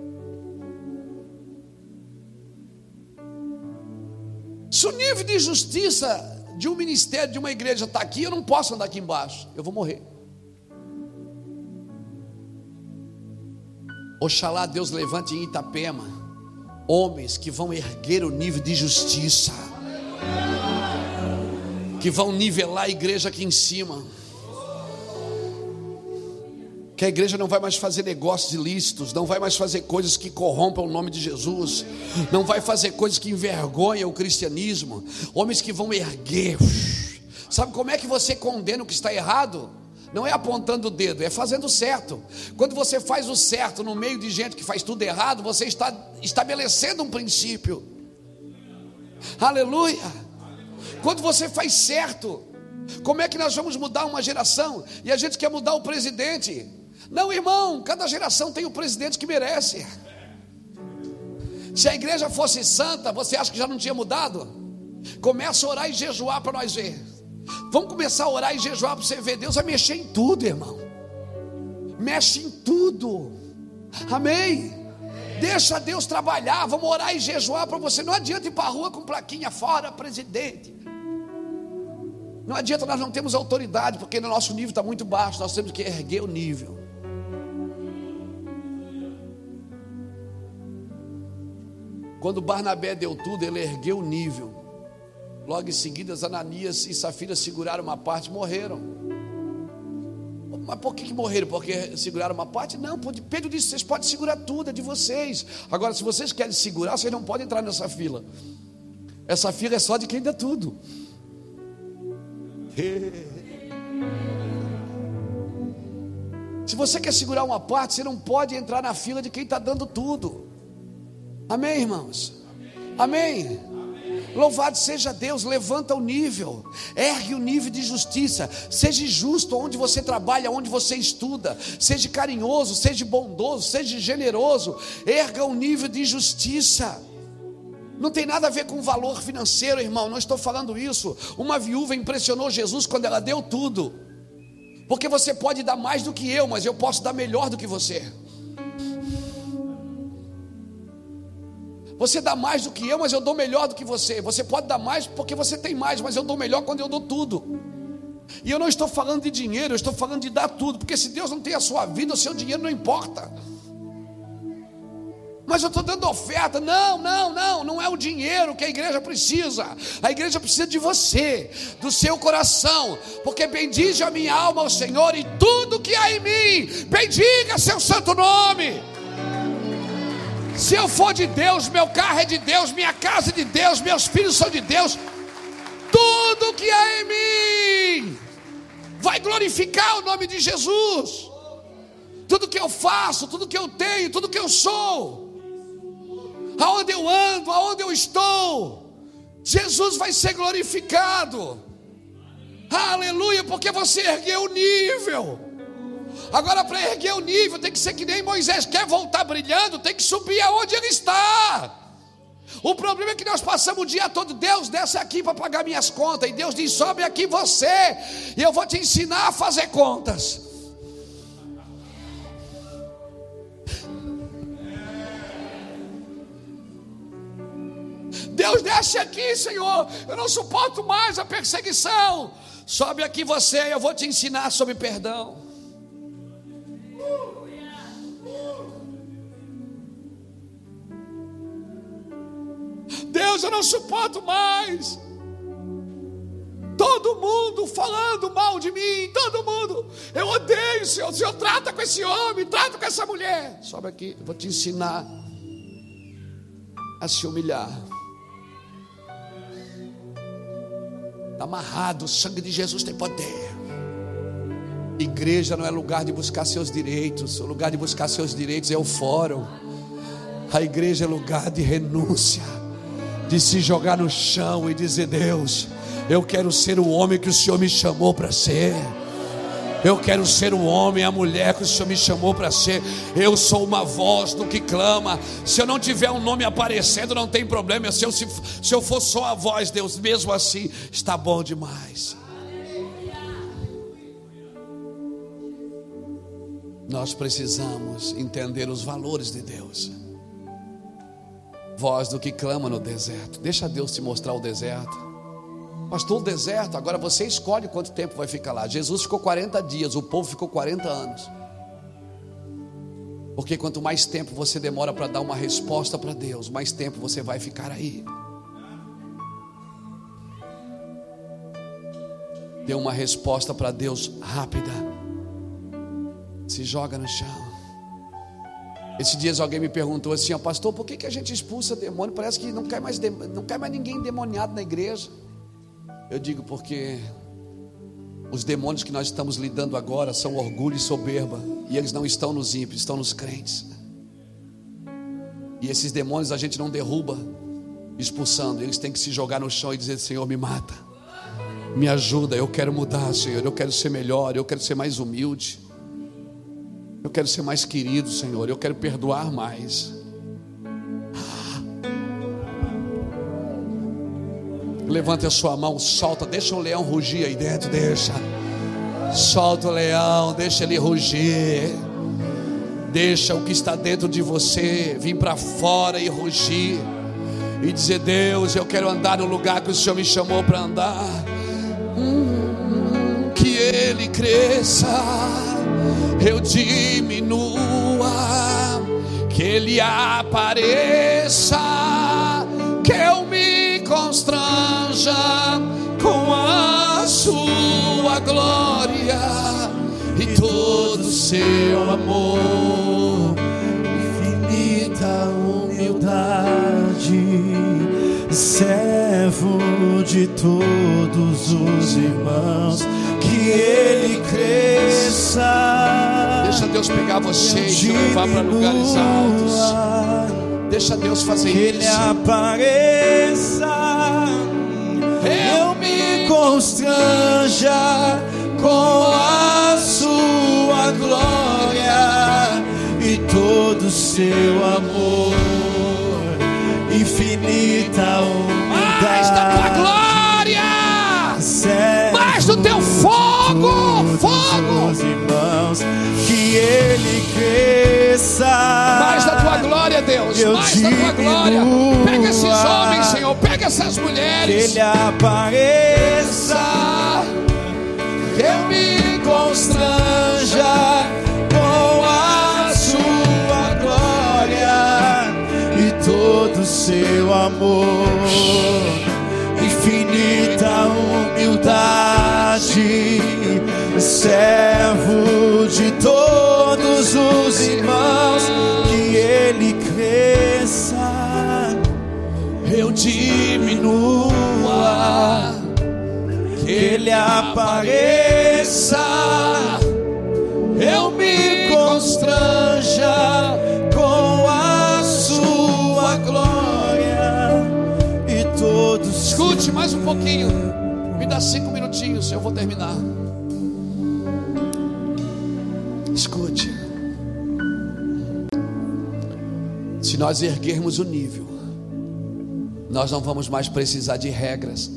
[SPEAKER 2] Se o nível de justiça de um ministério, de uma igreja está aqui, eu não posso andar aqui embaixo, eu vou morrer. Oxalá Deus levante em Itapema homens que vão erguer o nível de justiça, que vão nivelar a igreja aqui em cima, que a igreja não vai mais fazer negócios ilícitos, não vai mais fazer coisas que corrompam o nome de Jesus, não vai fazer coisas que envergonham o cristianismo. Homens que vão erguer. Sabe como é que você condena o que está errado? Não é apontando o dedo, é fazendo certo. Quando você faz o certo no meio de gente que faz tudo errado, você está estabelecendo um princípio. Aleluia. Quando você faz certo, como é que nós vamos mudar uma geração e a gente quer mudar o presidente? Não, irmão, cada geração tem o presidente que merece. Se a igreja fosse santa, você acha que já não tinha mudado? Começa a orar e jejuar para nós ver. Vamos começar a orar e jejuar para você ver. Deus vai mexer em tudo, irmão. Mexe em tudo. Amém? Deixa Deus trabalhar. Vamos orar e jejuar para você. Não adianta ir para a rua com plaquinha fora, presidente. Não adianta, nós não temos autoridade, porque o nosso nível está muito baixo. Nós temos que erguer o nível. Quando Barnabé deu tudo, ele ergueu o nível. Logo em seguida, Ananias e Safira seguraram uma parte e morreram. Mas por que, que morreram? Porque seguraram uma parte? Não, Pedro disse: vocês podem segurar tudo, é de vocês. Agora, se vocês querem segurar, vocês não podem entrar nessa fila. Essa fila é só de quem dá tudo. Se você quer segurar uma parte, você não pode entrar na fila de quem está dando tudo. Amém, irmãos? Amém? Amém? Louvado seja Deus. Levanta o nível, ergue o nível de justiça. Seja justo onde você trabalha, onde você estuda. Seja carinhoso, seja bondoso, seja generoso. Erga o nível de justiça. Não tem nada a ver com valor financeiro, irmão. Não estou falando isso. Uma viúva impressionou Jesus quando ela deu tudo. Porque você pode dar mais do que eu, mas eu posso dar melhor do que você. Você dá mais do que eu, mas eu dou melhor do que você. Você pode dar mais porque você tem mais, mas eu dou melhor quando eu dou tudo. E eu não estou falando de dinheiro, eu estou falando de dar tudo. Porque se Deus não tem a sua vida, o seu dinheiro não importa. Mas eu estou dando oferta. Não, não, não, não é o dinheiro que a igreja precisa. A igreja precisa de você, do seu coração. Porque bendize a minha alma ao Senhor e tudo que há em mim, bendiga seu santo nome. Se eu for de Deus, meu carro é de Deus, minha casa é de Deus, meus filhos são de Deus, tudo que há em mim vai glorificar o nome de Jesus. Tudo que eu faço, tudo que eu tenho, tudo que eu sou, aonde eu ando, aonde eu estou, Jesus vai ser glorificado. Aleluia, porque você ergueu o nível. Agora, para erguer o nível, tem que ser que nem Moisés. Quer voltar brilhando, tem que subir aonde ele está. O problema é que nós passamos o dia todo: Deus, desce aqui para pagar minhas contas. E Deus diz: sobe aqui você, e eu vou te ensinar a fazer contas. Deus, desce aqui, Senhor, eu não suporto mais a perseguição. Sobe aqui você, eu vou te ensinar sobre perdão. Deus, eu não suporto mais todo mundo falando mal de mim, todo mundo, eu odeio o Senhor. O Senhor trata com esse homem, trata com essa mulher. Sobe aqui, eu vou te ensinar a se humilhar. Está amarrado, o sangue de Jesus tem poder. Igreja não é lugar de buscar seus direitos. O lugar de buscar seus direitos é o fórum. A igreja é lugar de renúncia, de se jogar no chão e dizer: Deus, eu quero ser o homem que o Senhor me chamou para ser. Eu quero ser o homem, a mulher que o Senhor me chamou para ser. Eu sou uma voz do que clama. Se eu não tiver um nome aparecendo, não tem problema. Se eu, se, se eu for só a voz, Deus, mesmo assim, está bom demais. Nós precisamos entender os valores de Deus. Voz do que clama no deserto. Deixa Deus te mostrar o deserto. Pastor, o deserto, agora você escolhe quanto tempo vai ficar lá. Jesus ficou quarenta dias, o povo ficou quarenta anos. Porque quanto mais tempo você demora para dar uma resposta para Deus, mais tempo você vai ficar aí. Dê uma resposta para Deus rápida. Se joga no chão. Esses dias alguém me perguntou assim: ó, pastor, por que, que a gente expulsa demônio? Parece que não cai mais, não cai mais ninguém endemoniado na igreja. Eu digo porque os demônios que nós estamos lidando agora são orgulho e soberba. E eles não estão nos ímpios, estão nos crentes. E esses demônios a gente não derruba expulsando. Eles têm que se jogar no chão e dizer: Senhor, me mata, me ajuda, eu quero mudar, Senhor. Eu quero ser melhor, eu quero ser mais humilde, eu quero ser mais querido, Senhor. Eu quero perdoar mais. Levante a sua mão, solta, deixa o leão rugir aí dentro, deixa. Solta o leão, deixa ele rugir. Deixa o que está dentro de você vir para fora e rugir. E dizer: Deus, eu quero andar no lugar que o Senhor me chamou para andar. Hum, que ele cresça, eu diminua. Que ele apareça, que eu me constranja com a sua glória e todo o seu amor.
[SPEAKER 3] Infinita humildade, servo de todos os irmãos, que ele cresça.
[SPEAKER 2] Deixa Deus pegar você e te levar para lugares altos. Deixa Deus fazer
[SPEAKER 3] que
[SPEAKER 2] isso.
[SPEAKER 3] ele apareça, eu me constranja com a sua glória e todo o seu amor. Infinita humildade,
[SPEAKER 2] mais da tua glória, mais do teu fogo, fogo.
[SPEAKER 3] Irmãos, que ele crê.
[SPEAKER 2] mais da tua glória, Deus,
[SPEAKER 3] eu
[SPEAKER 2] mais da tua glória. Pega esses homens, Senhor, pega essas mulheres,
[SPEAKER 3] que Ele apareça,
[SPEAKER 2] que eu me
[SPEAKER 3] constranja com a sua glória e todo o seu amor. Infinita humildade, servo de todos os irmãos, que Ele cresça, eu diminua, que Ele apareça, eu me constranja com a sua glória e todos.
[SPEAKER 2] Escute mais um pouquinho, me dá cinco minutinhos, eu vou terminar. Escute, se nós erguermos o nível, nós não vamos mais precisar de regras.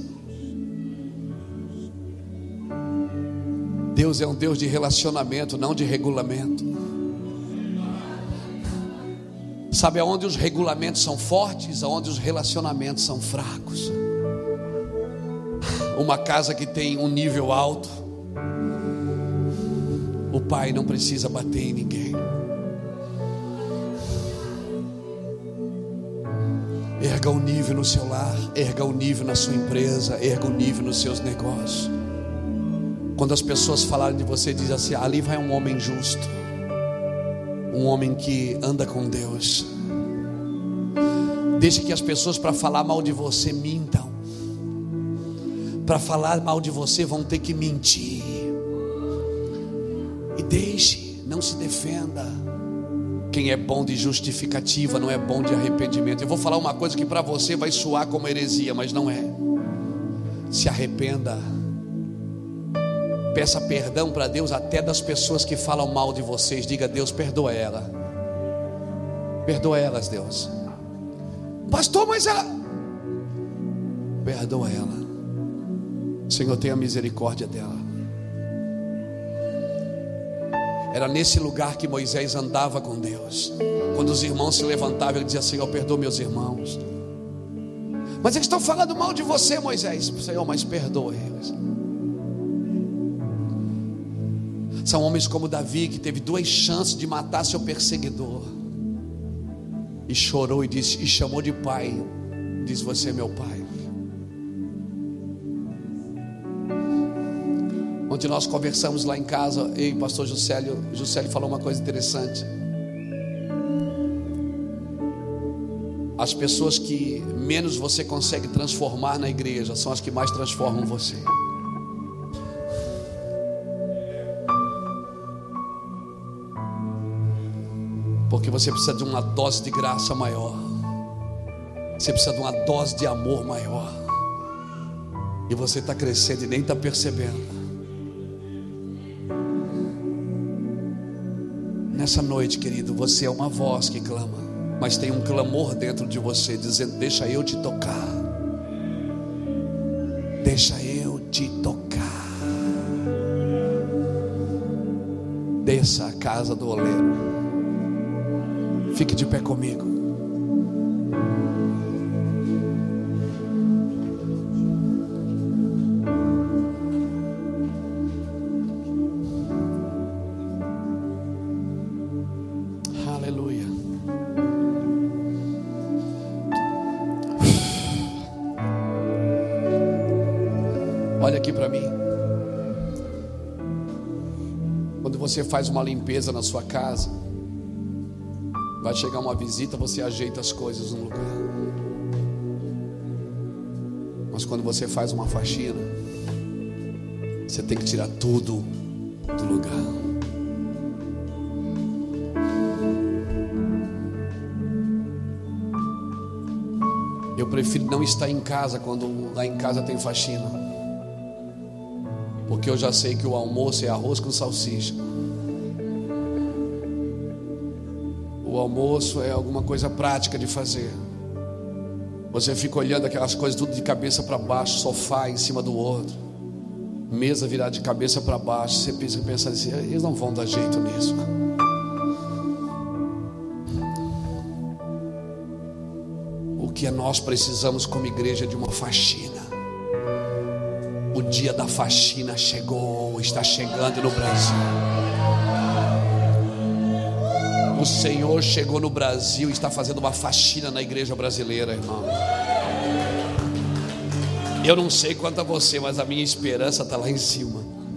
[SPEAKER 2] Deus é um Deus de relacionamento, não de regulamento. Sabe aonde os regulamentos são fortes? Aonde os relacionamentos são fracos. Uma casa que tem um nível alto, o pai não precisa bater em ninguém. Erga o nível no seu lar, erga o nível na sua empresa, erga o nível nos seus negócios. Quando as pessoas falarem de você, diz assim: ali vai um homem justo, um homem que anda com Deus. Deixe que as pessoas, para falar mal de você, mintam. Para falar mal de você, vão ter que mentir. E deixe, não se defenda. Quem é bom de justificativa não é bom de arrependimento. Eu vou falar uma coisa que para você vai soar como heresia, mas não é. Se arrependa. Peça perdão para Deus até das pessoas que falam mal de vocês. Diga: Deus, perdoa ela. Perdoa elas, Deus. Pastor, mas ela... Perdoa ela. Senhor, tenha misericórdia dela. Era nesse lugar que Moisés andava com Deus. Quando os irmãos se levantavam, ele dizia: Senhor, perdoa meus irmãos. Mas eles estão falando mal de você, Moisés. Senhor, mas perdoa eles. São homens como Davi, que teve duas chances de matar seu perseguidor, e chorou e disse, e chamou de pai. Diz: você é meu pai. Ontem nós conversamos lá em casa, eu e o pastor Juscelio. Juscelio falou uma coisa interessante. As pessoas que menos você consegue transformar na igreja são as que mais transformam você. Porque você precisa de uma dose de graça maior. Você precisa de uma dose de amor maior. E você está crescendo e nem está percebendo. Nessa noite, querido, você é uma voz que clama, mas tem um clamor dentro de você dizendo: deixa eu te tocar. Deixa eu te tocar. Desça a casa do oleiro. Fique de pé comigo. Aleluia. Olha aqui para mim. Quando você faz uma limpeza na sua casa, vai chegar uma visita, você ajeita as coisas no lugar. Mas quando você faz uma faxina, você tem que tirar tudo do lugar. Eu prefiro não estar em casa quando lá em casa tem faxina, porque eu já sei que o almoço é arroz com salsicha. O almoço é alguma coisa prática de fazer. Você fica olhando aquelas coisas tudo de cabeça para baixo, sofá em cima do outro, mesa virada de cabeça para baixo. Você pensa, pensa assim: eles não vão dar jeito nisso. Porque nós precisamos, como igreja, de uma faxina. O dia da faxina chegou, está chegando no Brasil. O Senhor chegou no Brasil e está fazendo uma faxina na igreja brasileira, irmão. Eu não sei quanto a você, mas a minha esperança está lá em cima.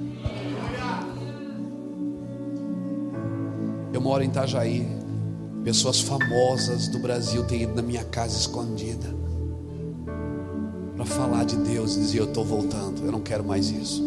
[SPEAKER 2] Eu moro em Itajaí. Pessoas famosas do Brasil têm ido na minha casa escondida para falar de Deus e dizer: eu estou voltando, eu não quero mais isso.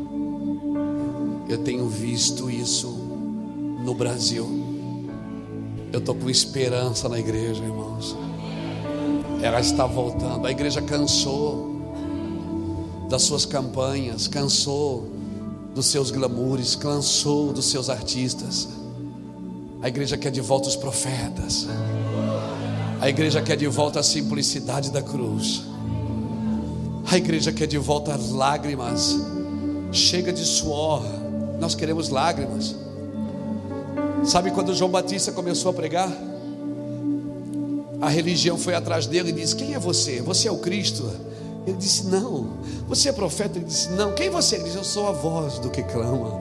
[SPEAKER 2] Eu tenho visto isso no Brasil. Eu estou com esperança na igreja, irmãos. Ela está voltando. A igreja cansou das suas campanhas, cansou dos seus glamoures, cansou dos seus artistas. A igreja quer de volta os profetas. A igreja quer de volta a simplicidade da cruz. A igreja quer de volta as lágrimas. Chega de suor, nós queremos lágrimas. Sabe quando João Batista começou a pregar? A religião foi atrás dele e disse: quem é você? Você é o Cristo? Ele disse: não. Você é profeta? Ele disse: não. Quem você é? Ele disse: eu sou a voz do que clama.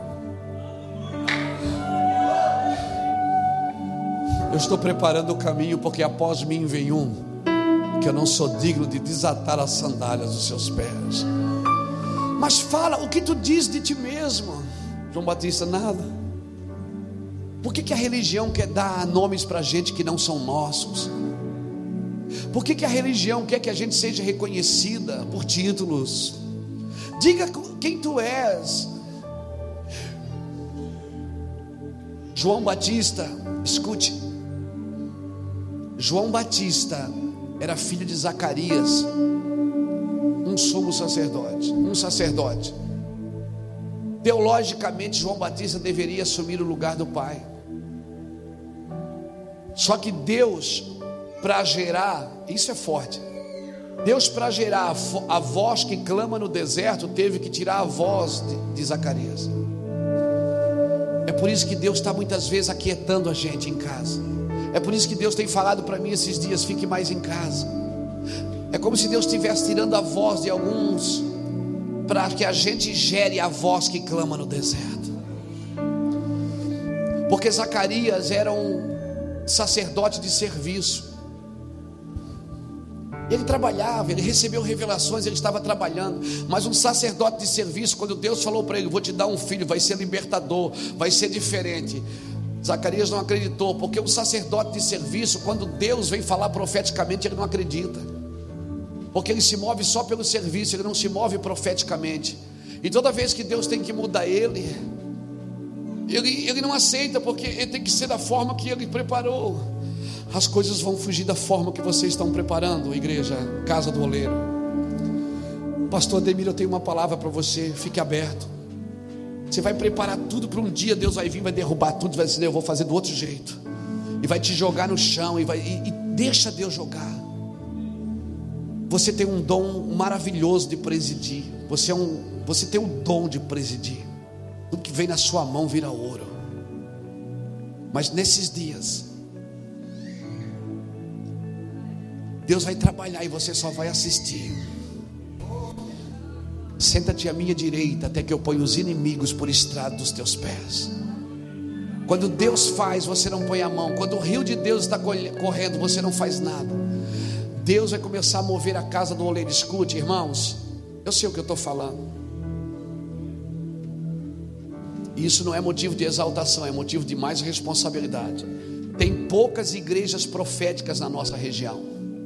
[SPEAKER 2] Eu estou preparando o caminho, porque após mim vem um que eu não sou digno de desatar as sandálias dos seus pés. Mas fala, o que tu diz de ti mesmo? João Batista: nada. Por que que a religião quer dar nomes para gente que não são nossos? Por que que a religião quer que a gente seja reconhecida por títulos? Diga quem tu és. João Batista, escute. João Batista era filho de Zacarias, um sumo sacerdote, um sacerdote. Teologicamente, João Batista deveria assumir o lugar do pai. Só que Deus, para gerar, isso é forte, Deus, para gerar a voz que clama no deserto, teve que tirar a voz de, de Zacarias. É por isso que Deus está muitas vezes aquietando a gente em casa. É por isso que Deus tem falado para mim esses dias: fique mais em casa. É como se Deus estivesse tirando a voz de alguns, para que a gente gere a voz que clama no deserto. Porque Zacarias era um sacerdote de serviço. Ele trabalhava, ele recebeu revelações, ele estava trabalhando. Mas um sacerdote de serviço, quando Deus falou para ele: vou te dar um filho, vai ser libertador, vai ser diferente, Zacarias não acreditou. Porque um sacerdote de serviço, quando Deus vem falar profeticamente, ele não acredita, porque ele se move só pelo serviço, ele não se move profeticamente. E toda vez que Deus tem que mudar ele, ele, ele não aceita, porque ele tem que ser da forma que ele preparou. As coisas vão fugir da forma que vocês estão preparando, igreja, casa do oleiro. Pastor Ademir, eu tenho uma palavra para você, fique aberto. Você vai preparar tudo para um dia Deus vai vir, vai derrubar tudo, vai dizer: eu vou fazer do outro jeito, e vai te jogar no chão, e, vai, e, e deixa Deus jogar. Você tem um dom maravilhoso de presidir. Você, é um, você tem o dom de presidir. Tudo que vem na sua mão vira ouro. Mas nesses dias, Deus vai trabalhar e você só vai assistir. Senta-te à minha direita, até que eu ponha os inimigos por estrado dos teus pés. Quando Deus faz, você não põe a mão. Quando o rio de Deus está correndo, você não faz nada. Deus vai começar a mover a casa do oleiro. Escute, irmãos, eu sei o que eu estou falando. Isso não é motivo de exaltação, é motivo de mais responsabilidade. Tem poucas igrejas proféticas na nossa região.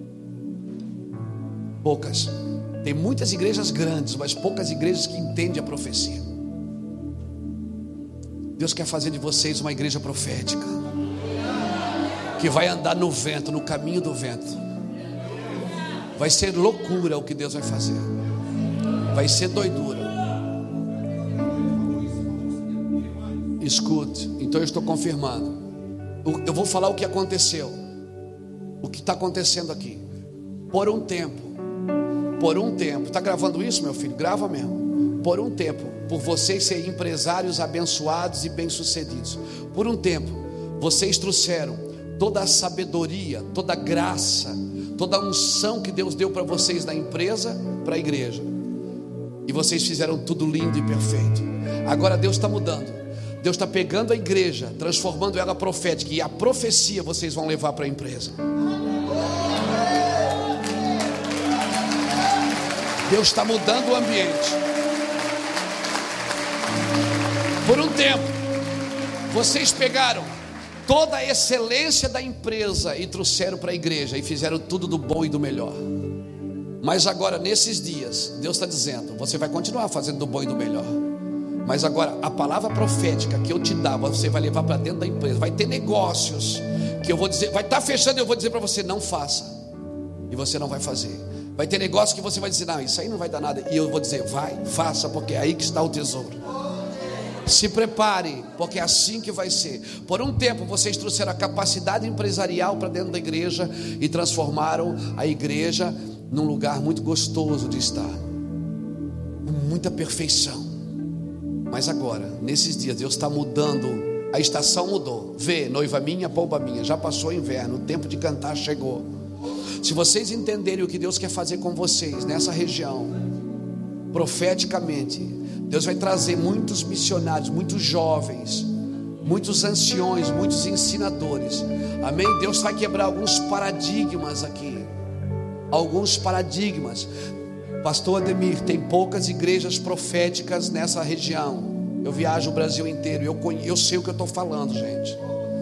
[SPEAKER 2] Poucas. Tem muitas igrejas grandes, mas poucas igrejas que entendem a profecia. Deus quer fazer de vocês uma igreja profética, que vai andar no vento, no caminho do vento. Vai ser loucura o que Deus vai fazer. Vai ser doidura. Escute, então eu estou confirmando. Eu vou falar o que aconteceu, o que está acontecendo aqui. Por um tempo, por um tempo, está gravando isso, meu filho? Grava mesmo. Por um tempo, por vocês serem empresários abençoados e bem-sucedidos, por um tempo, vocês trouxeram toda a sabedoria, toda a graça, toda a unção que Deus deu para vocês na empresa, para a igreja, e vocês fizeram tudo lindo e perfeito. Agora Deus está mudando. Deus está pegando a igreja, transformando ela profética, e a profecia vocês vão levar para a empresa. Deus está mudando o ambiente. Por um tempo, vocês pegaram toda a excelência da empresa e trouxeram para a igreja, e fizeram tudo do bom e do melhor. Mas agora, nesses dias, Deus está dizendo: você vai continuar fazendo do bom e do melhor, mas agora a palavra profética que eu te dava, você vai levar para dentro da empresa. Vai ter negócios que eu vou dizer, vai estar fechando, eu vou dizer para você: não faça, e você não vai fazer. Vai ter negócio que você vai dizer: não, isso aí não vai dar nada, e eu vou dizer: vai, faça, porque é aí que está o tesouro. Se prepare, porque é assim que vai ser. Por um tempo vocês trouxeram a capacidade empresarial para dentro da igreja e transformaram a igreja num lugar muito gostoso de estar, com muita perfeição. Mas agora, nesses dias, Deus está mudando. A estação mudou. Vê, noiva minha, pomba minha, já passou o inverno, o tempo de cantar chegou. Se vocês entenderem o que Deus quer fazer com vocês nessa região, profeticamente, Deus vai trazer muitos missionários, muitos jovens, muitos anciões, muitos ensinadores. Amém? Deus vai quebrar alguns paradigmas aqui. Alguns paradigmas. Pastor Ademir, tem poucas igrejas proféticas nessa região. Eu viajo o Brasil inteiro, eu, conheço, eu sei o que eu estou falando, gente.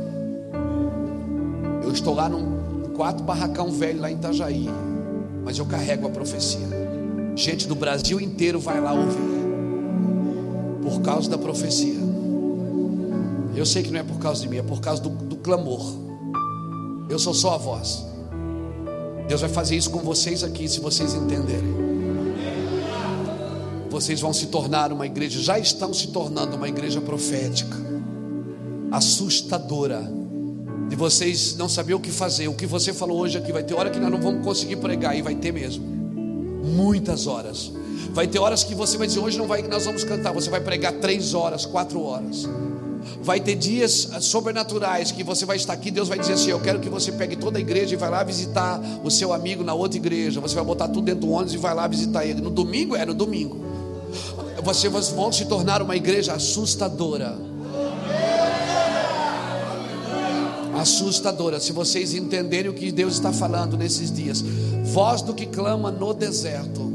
[SPEAKER 2] Eu estou lá num quarto barracão velho lá em Itajaí, mas eu carrego a profecia. Gente do Brasil inteiro vai lá ouvir, por causa da profecia. Eu sei que não é por causa de mim, é por causa do, do clamor. Eu sou só a voz. Deus vai fazer isso com vocês aqui, se vocês entenderem. Vocês vão se tornar uma igreja, já estão se tornando uma igreja profética, assustadora, de vocês não saber o que fazer. O que você falou hoje aqui, vai ter hora que nós não vamos conseguir pregar, e vai ter mesmo, muitas horas. Vai ter horas que você vai dizer: hoje não vai, nós vamos cantar. Você vai pregar três horas, quatro horas. Vai ter dias sobrenaturais que você vai estar aqui, Deus vai dizer assim: eu quero que você pegue toda a igreja e vai lá visitar o seu amigo na outra igreja. Você vai botar tudo dentro do ônibus e vai lá visitar ele. No domingo, é no domingo. Vocês vão se tornar uma igreja assustadora. Assustadora. Se vocês entenderem o que Deus está falando nesses dias. Voz do que clama no deserto.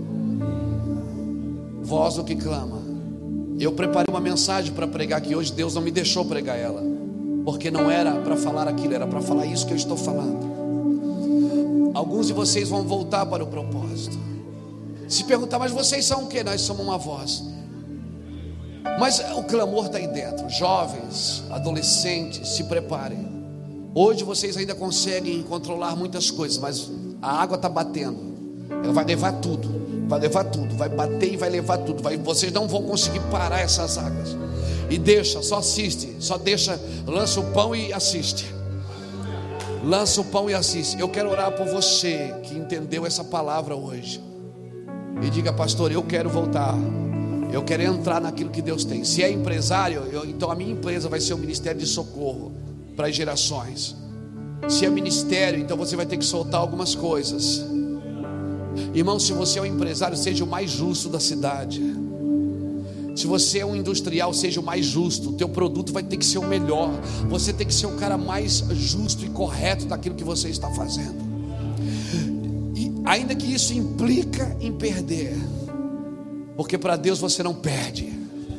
[SPEAKER 2] Voz do que clama. Eu preparei uma mensagem para pregar aqui hoje. Deus não me deixou pregar ela, porque não era para falar aquilo, era para falar isso que eu estou falando. Alguns de vocês vão voltar para o propósito. Se perguntar: mas vocês são o que? Nós somos uma voz. Mas o clamor está aí dentro. Jovens, adolescentes, se preparem. Hoje vocês ainda conseguem controlar muitas coisas, mas a água está batendo. Ela vai levar tudo. Vai levar tudo, vai bater e vai levar tudo. Vai, vocês não vão conseguir parar essas águas. E deixa, só assiste. Só deixa, lança o pão e assiste. Lança o pão e assiste. Eu quero orar por você que entendeu essa palavra hoje. E diga: pastor, eu quero voltar. Eu quero entrar naquilo que Deus tem. Se é empresário, eu, então a minha empresa vai ser o ministério de socorro para as gerações. Se é ministério, então você vai ter que soltar algumas coisas. Irmão, se você é um empresário, seja o mais justo da cidade. Se você é um industrial, seja o mais justo. O teu produto vai ter que ser o melhor. Você tem que ser o cara mais justo e correto daquilo que você está fazendo. E ainda que isso implica em perder, porque para Deus você não perde.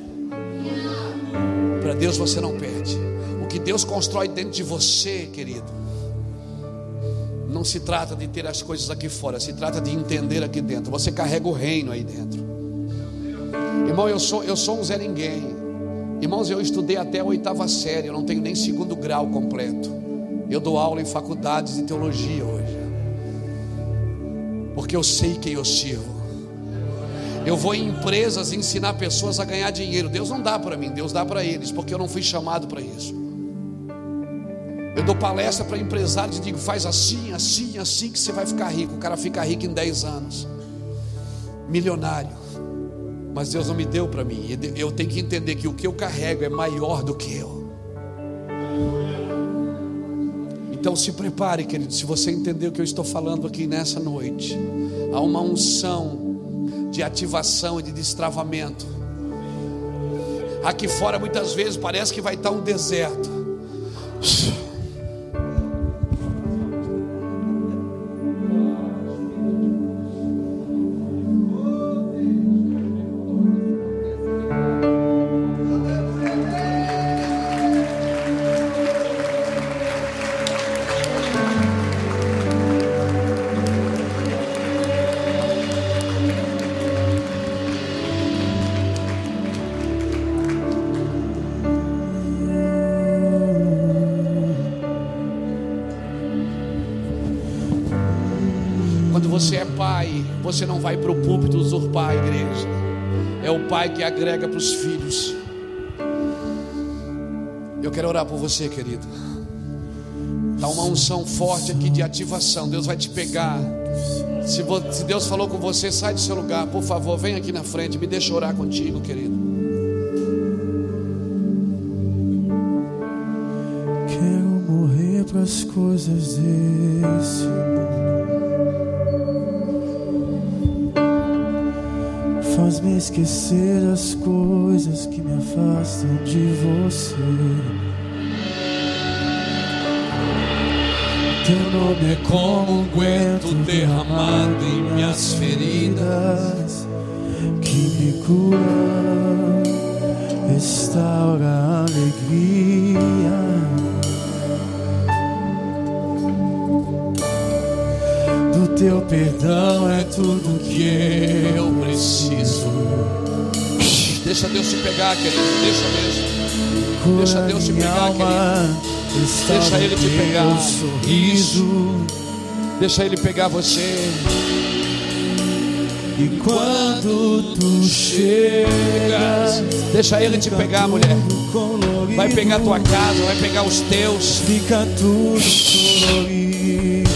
[SPEAKER 2] Para Deus você não perde. O que Deus constrói dentro de você, querido, não se trata de ter as coisas aqui fora, se trata de entender aqui dentro. Você carrega o reino aí dentro. Irmão, eu sou, eu sou um Zé Ninguém. Irmãos, eu estudei até a oitava série, eu não tenho nem segundo grau completo. Eu dou aula em faculdades de teologia hoje, porque eu sei quem eu sirvo. Eu vou em empresas ensinar pessoas a ganhar dinheiro. Deus não dá para mim, Deus dá para eles, porque eu não fui chamado para isso. Eu dou palestra para empresários e digo: faz assim, assim, assim que você vai ficar rico. O cara fica rico em dez anos, milionário. Mas Deus não me deu para mim. Eu tenho que entender que o que eu carrego é maior do que eu. Então se prepare, querido, se você entendeu o que eu estou falando aqui nessa noite. Há uma unção de ativação e de destravamento. Aqui fora muitas vezes parece que vai estar um deserto. Você é pai, você não vai para o púlpito usurpar a igreja. É o pai que agrega para os filhos. Eu quero orar por você, querido. Está uma unção forte aqui de ativação. Deus vai te pegar. Se, se Deus falou com você, sai do seu lugar, por favor, vem aqui na frente. Me deixa orar contigo, querido.
[SPEAKER 3] Quero morrer para as coisas desse mundo. Faz-me esquecer as coisas que me afastam de você. Teu nome é como unguento derramado em minhas feridas, que me cura, restaura a alegria. Teu perdão é tudo que eu preciso.
[SPEAKER 2] Deixa Deus te pegar, querido. Deixa mesmo. Deixa Deus te pegar, querido. Deixa Ele te pegar. Sorriso. Deixa Ele pegar você.
[SPEAKER 3] E quando tu chegas,
[SPEAKER 2] deixa Ele te pegar, mulher. Vai pegar tua casa, vai pegar os teus.
[SPEAKER 3] Fica tudo colorido.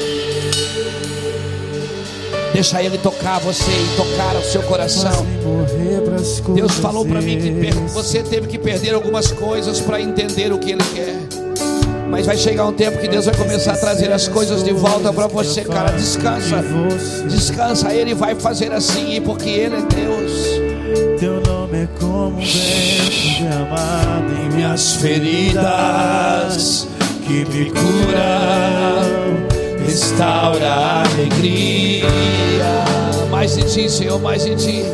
[SPEAKER 2] Deixa Ele tocar você e tocar o seu coração. Deus falou para mim que você teve que perder algumas coisas para entender o que Ele quer. Mas vai chegar um tempo que Deus vai começar a trazer as coisas de volta para você, cara. Descansa, descansa. Ele vai fazer assim, porque Ele é Deus.
[SPEAKER 3] Teu nome é como um vento derramado em minhas feridas, que me cura, restaura a alegria.
[SPEAKER 2] Mais de ti, Senhor, mais de ti.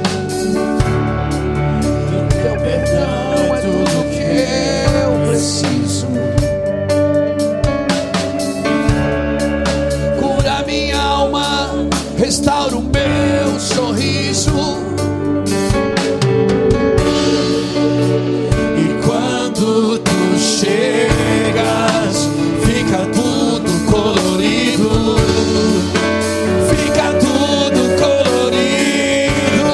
[SPEAKER 3] Teu perdão é tudo que eu preciso.
[SPEAKER 2] Cura minha alma, restaura o meu sorriso.
[SPEAKER 3] E quando tu chegas, fica tudo colorido. Fica tudo colorido.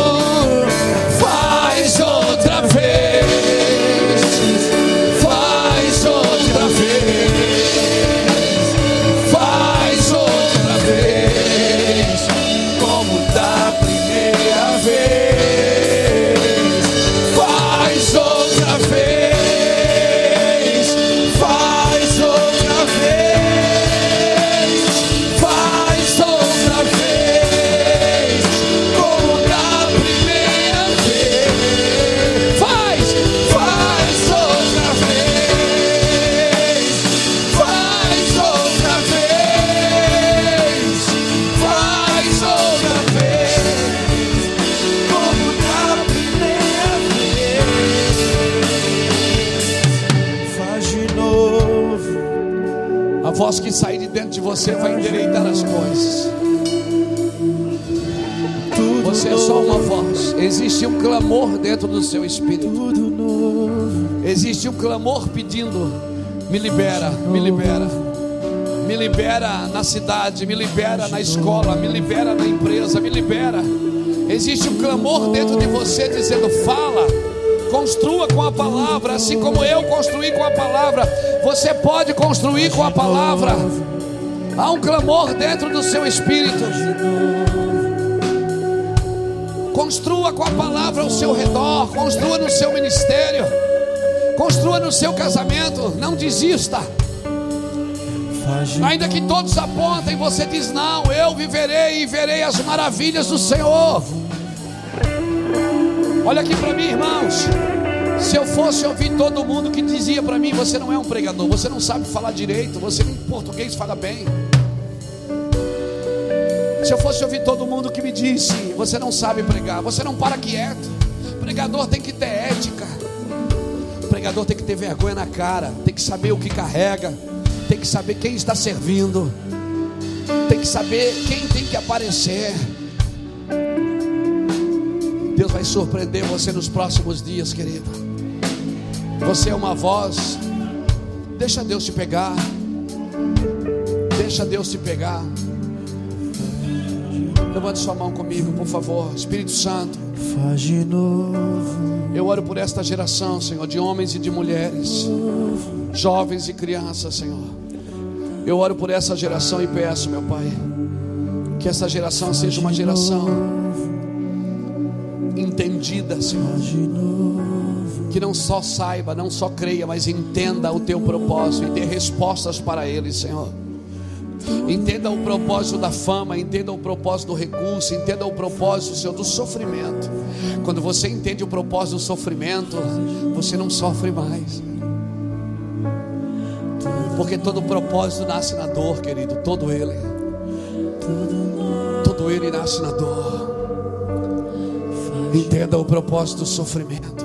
[SPEAKER 3] Faz outra vez. Faz outra vez. Faz outra vez. Como da primeira vez. Faz outra vez. Faz outra vez.
[SPEAKER 2] A voz que sair de dentro de você vai endireitar as coisas. Você é só uma voz. Existe um clamor dentro do seu espírito. Existe um clamor pedindo: me libera, me libera. Me libera na cidade, me libera na escola, me libera na empresa, me libera. Existe um clamor dentro de você dizendo: fala, construa com a palavra, assim como eu construí com a palavra. Você pode construir com a palavra. Há um clamor dentro do seu espírito. Construa com a palavra ao seu redor. Construa no seu ministério. Construa no seu casamento. Não desista. Ainda que todos apontem, você diz: não, eu viverei e verei as maravilhas do Senhor. Olha aqui para mim, irmãos. Se eu fosse ouvir todo mundo que dizia para mim: você não é um pregador, você não sabe falar direito, você nem português fala bem. Se eu fosse ouvir todo mundo que me disse: você não sabe pregar, você não para quieto. Pregador tem que ter ética. Pregador tem que ter vergonha na cara, tem que saber o que carrega, tem que saber quem está servindo, tem que saber quem tem que aparecer. Deus vai surpreender você nos próximos dias, querido. Você é uma voz. Deixa Deus te pegar. Deixa Deus te pegar. Levante sua mão comigo, por favor. Espírito Santo,
[SPEAKER 3] faz de novo.
[SPEAKER 2] Eu oro por esta geração, Senhor, de homens e de mulheres, jovens e crianças, Senhor. Eu oro por essa geração e peço, meu Pai, que essa geração seja uma geração entendida, Senhor, que não só saiba, não só creia, mas entenda o Teu propósito e dê respostas para ele, Senhor. Entenda o propósito da fama, entenda o propósito do recurso, entenda o propósito, Senhor, do sofrimento. Quando você entende o propósito do sofrimento, você não sofre mais, porque todo propósito nasce na dor, querido. Todo ele Todo ele nasce na dor. Entenda o propósito do sofrimento.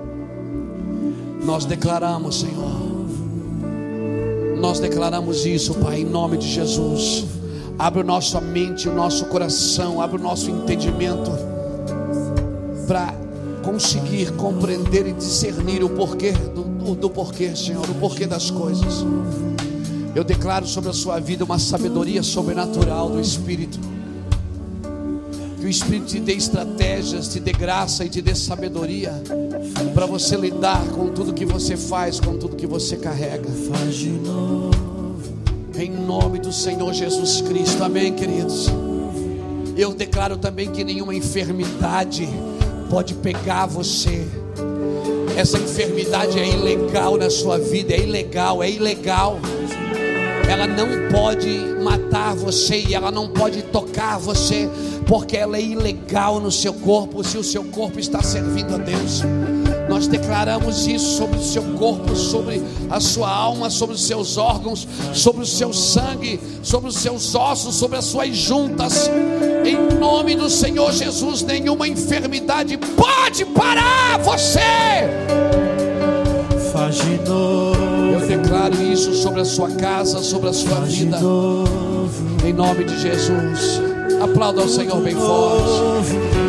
[SPEAKER 2] Nós declaramos, Senhor, nós declaramos isso, Pai, em nome de Jesus. Abre a nossa mente, o nosso coração, abre o nosso entendimento para conseguir compreender e discernir o porquê do, do porquê, Senhor, o porquê das coisas. Eu declaro sobre a sua vida uma sabedoria sobrenatural do Espírito. Que o Espírito te dê estratégias, te dê graça e te dê sabedoria para você lidar com tudo que você faz, com tudo que você carrega.
[SPEAKER 3] Faz de novo.
[SPEAKER 2] Em nome do Senhor Jesus Cristo, amém, queridos. Eu declaro também que nenhuma enfermidade pode pegar você. Essa enfermidade é ilegal na sua vida, é ilegal, é ilegal. Ela não pode matar você e ela não pode tocar você, porque ela é ilegal no seu corpo, se o seu corpo está servindo a Deus. Nós declaramos isso sobre o seu corpo, sobre a sua alma, sobre os seus órgãos, sobre o seu sangue, sobre os seus ossos, sobre as suas juntas. Em nome do Senhor Jesus, nenhuma enfermidade pode parar você.
[SPEAKER 3] Faz de novo.
[SPEAKER 2] Eu declaro isso sobre a sua casa, sobre a sua vida, em nome de Jesus. Aplauda ao Senhor bem forte.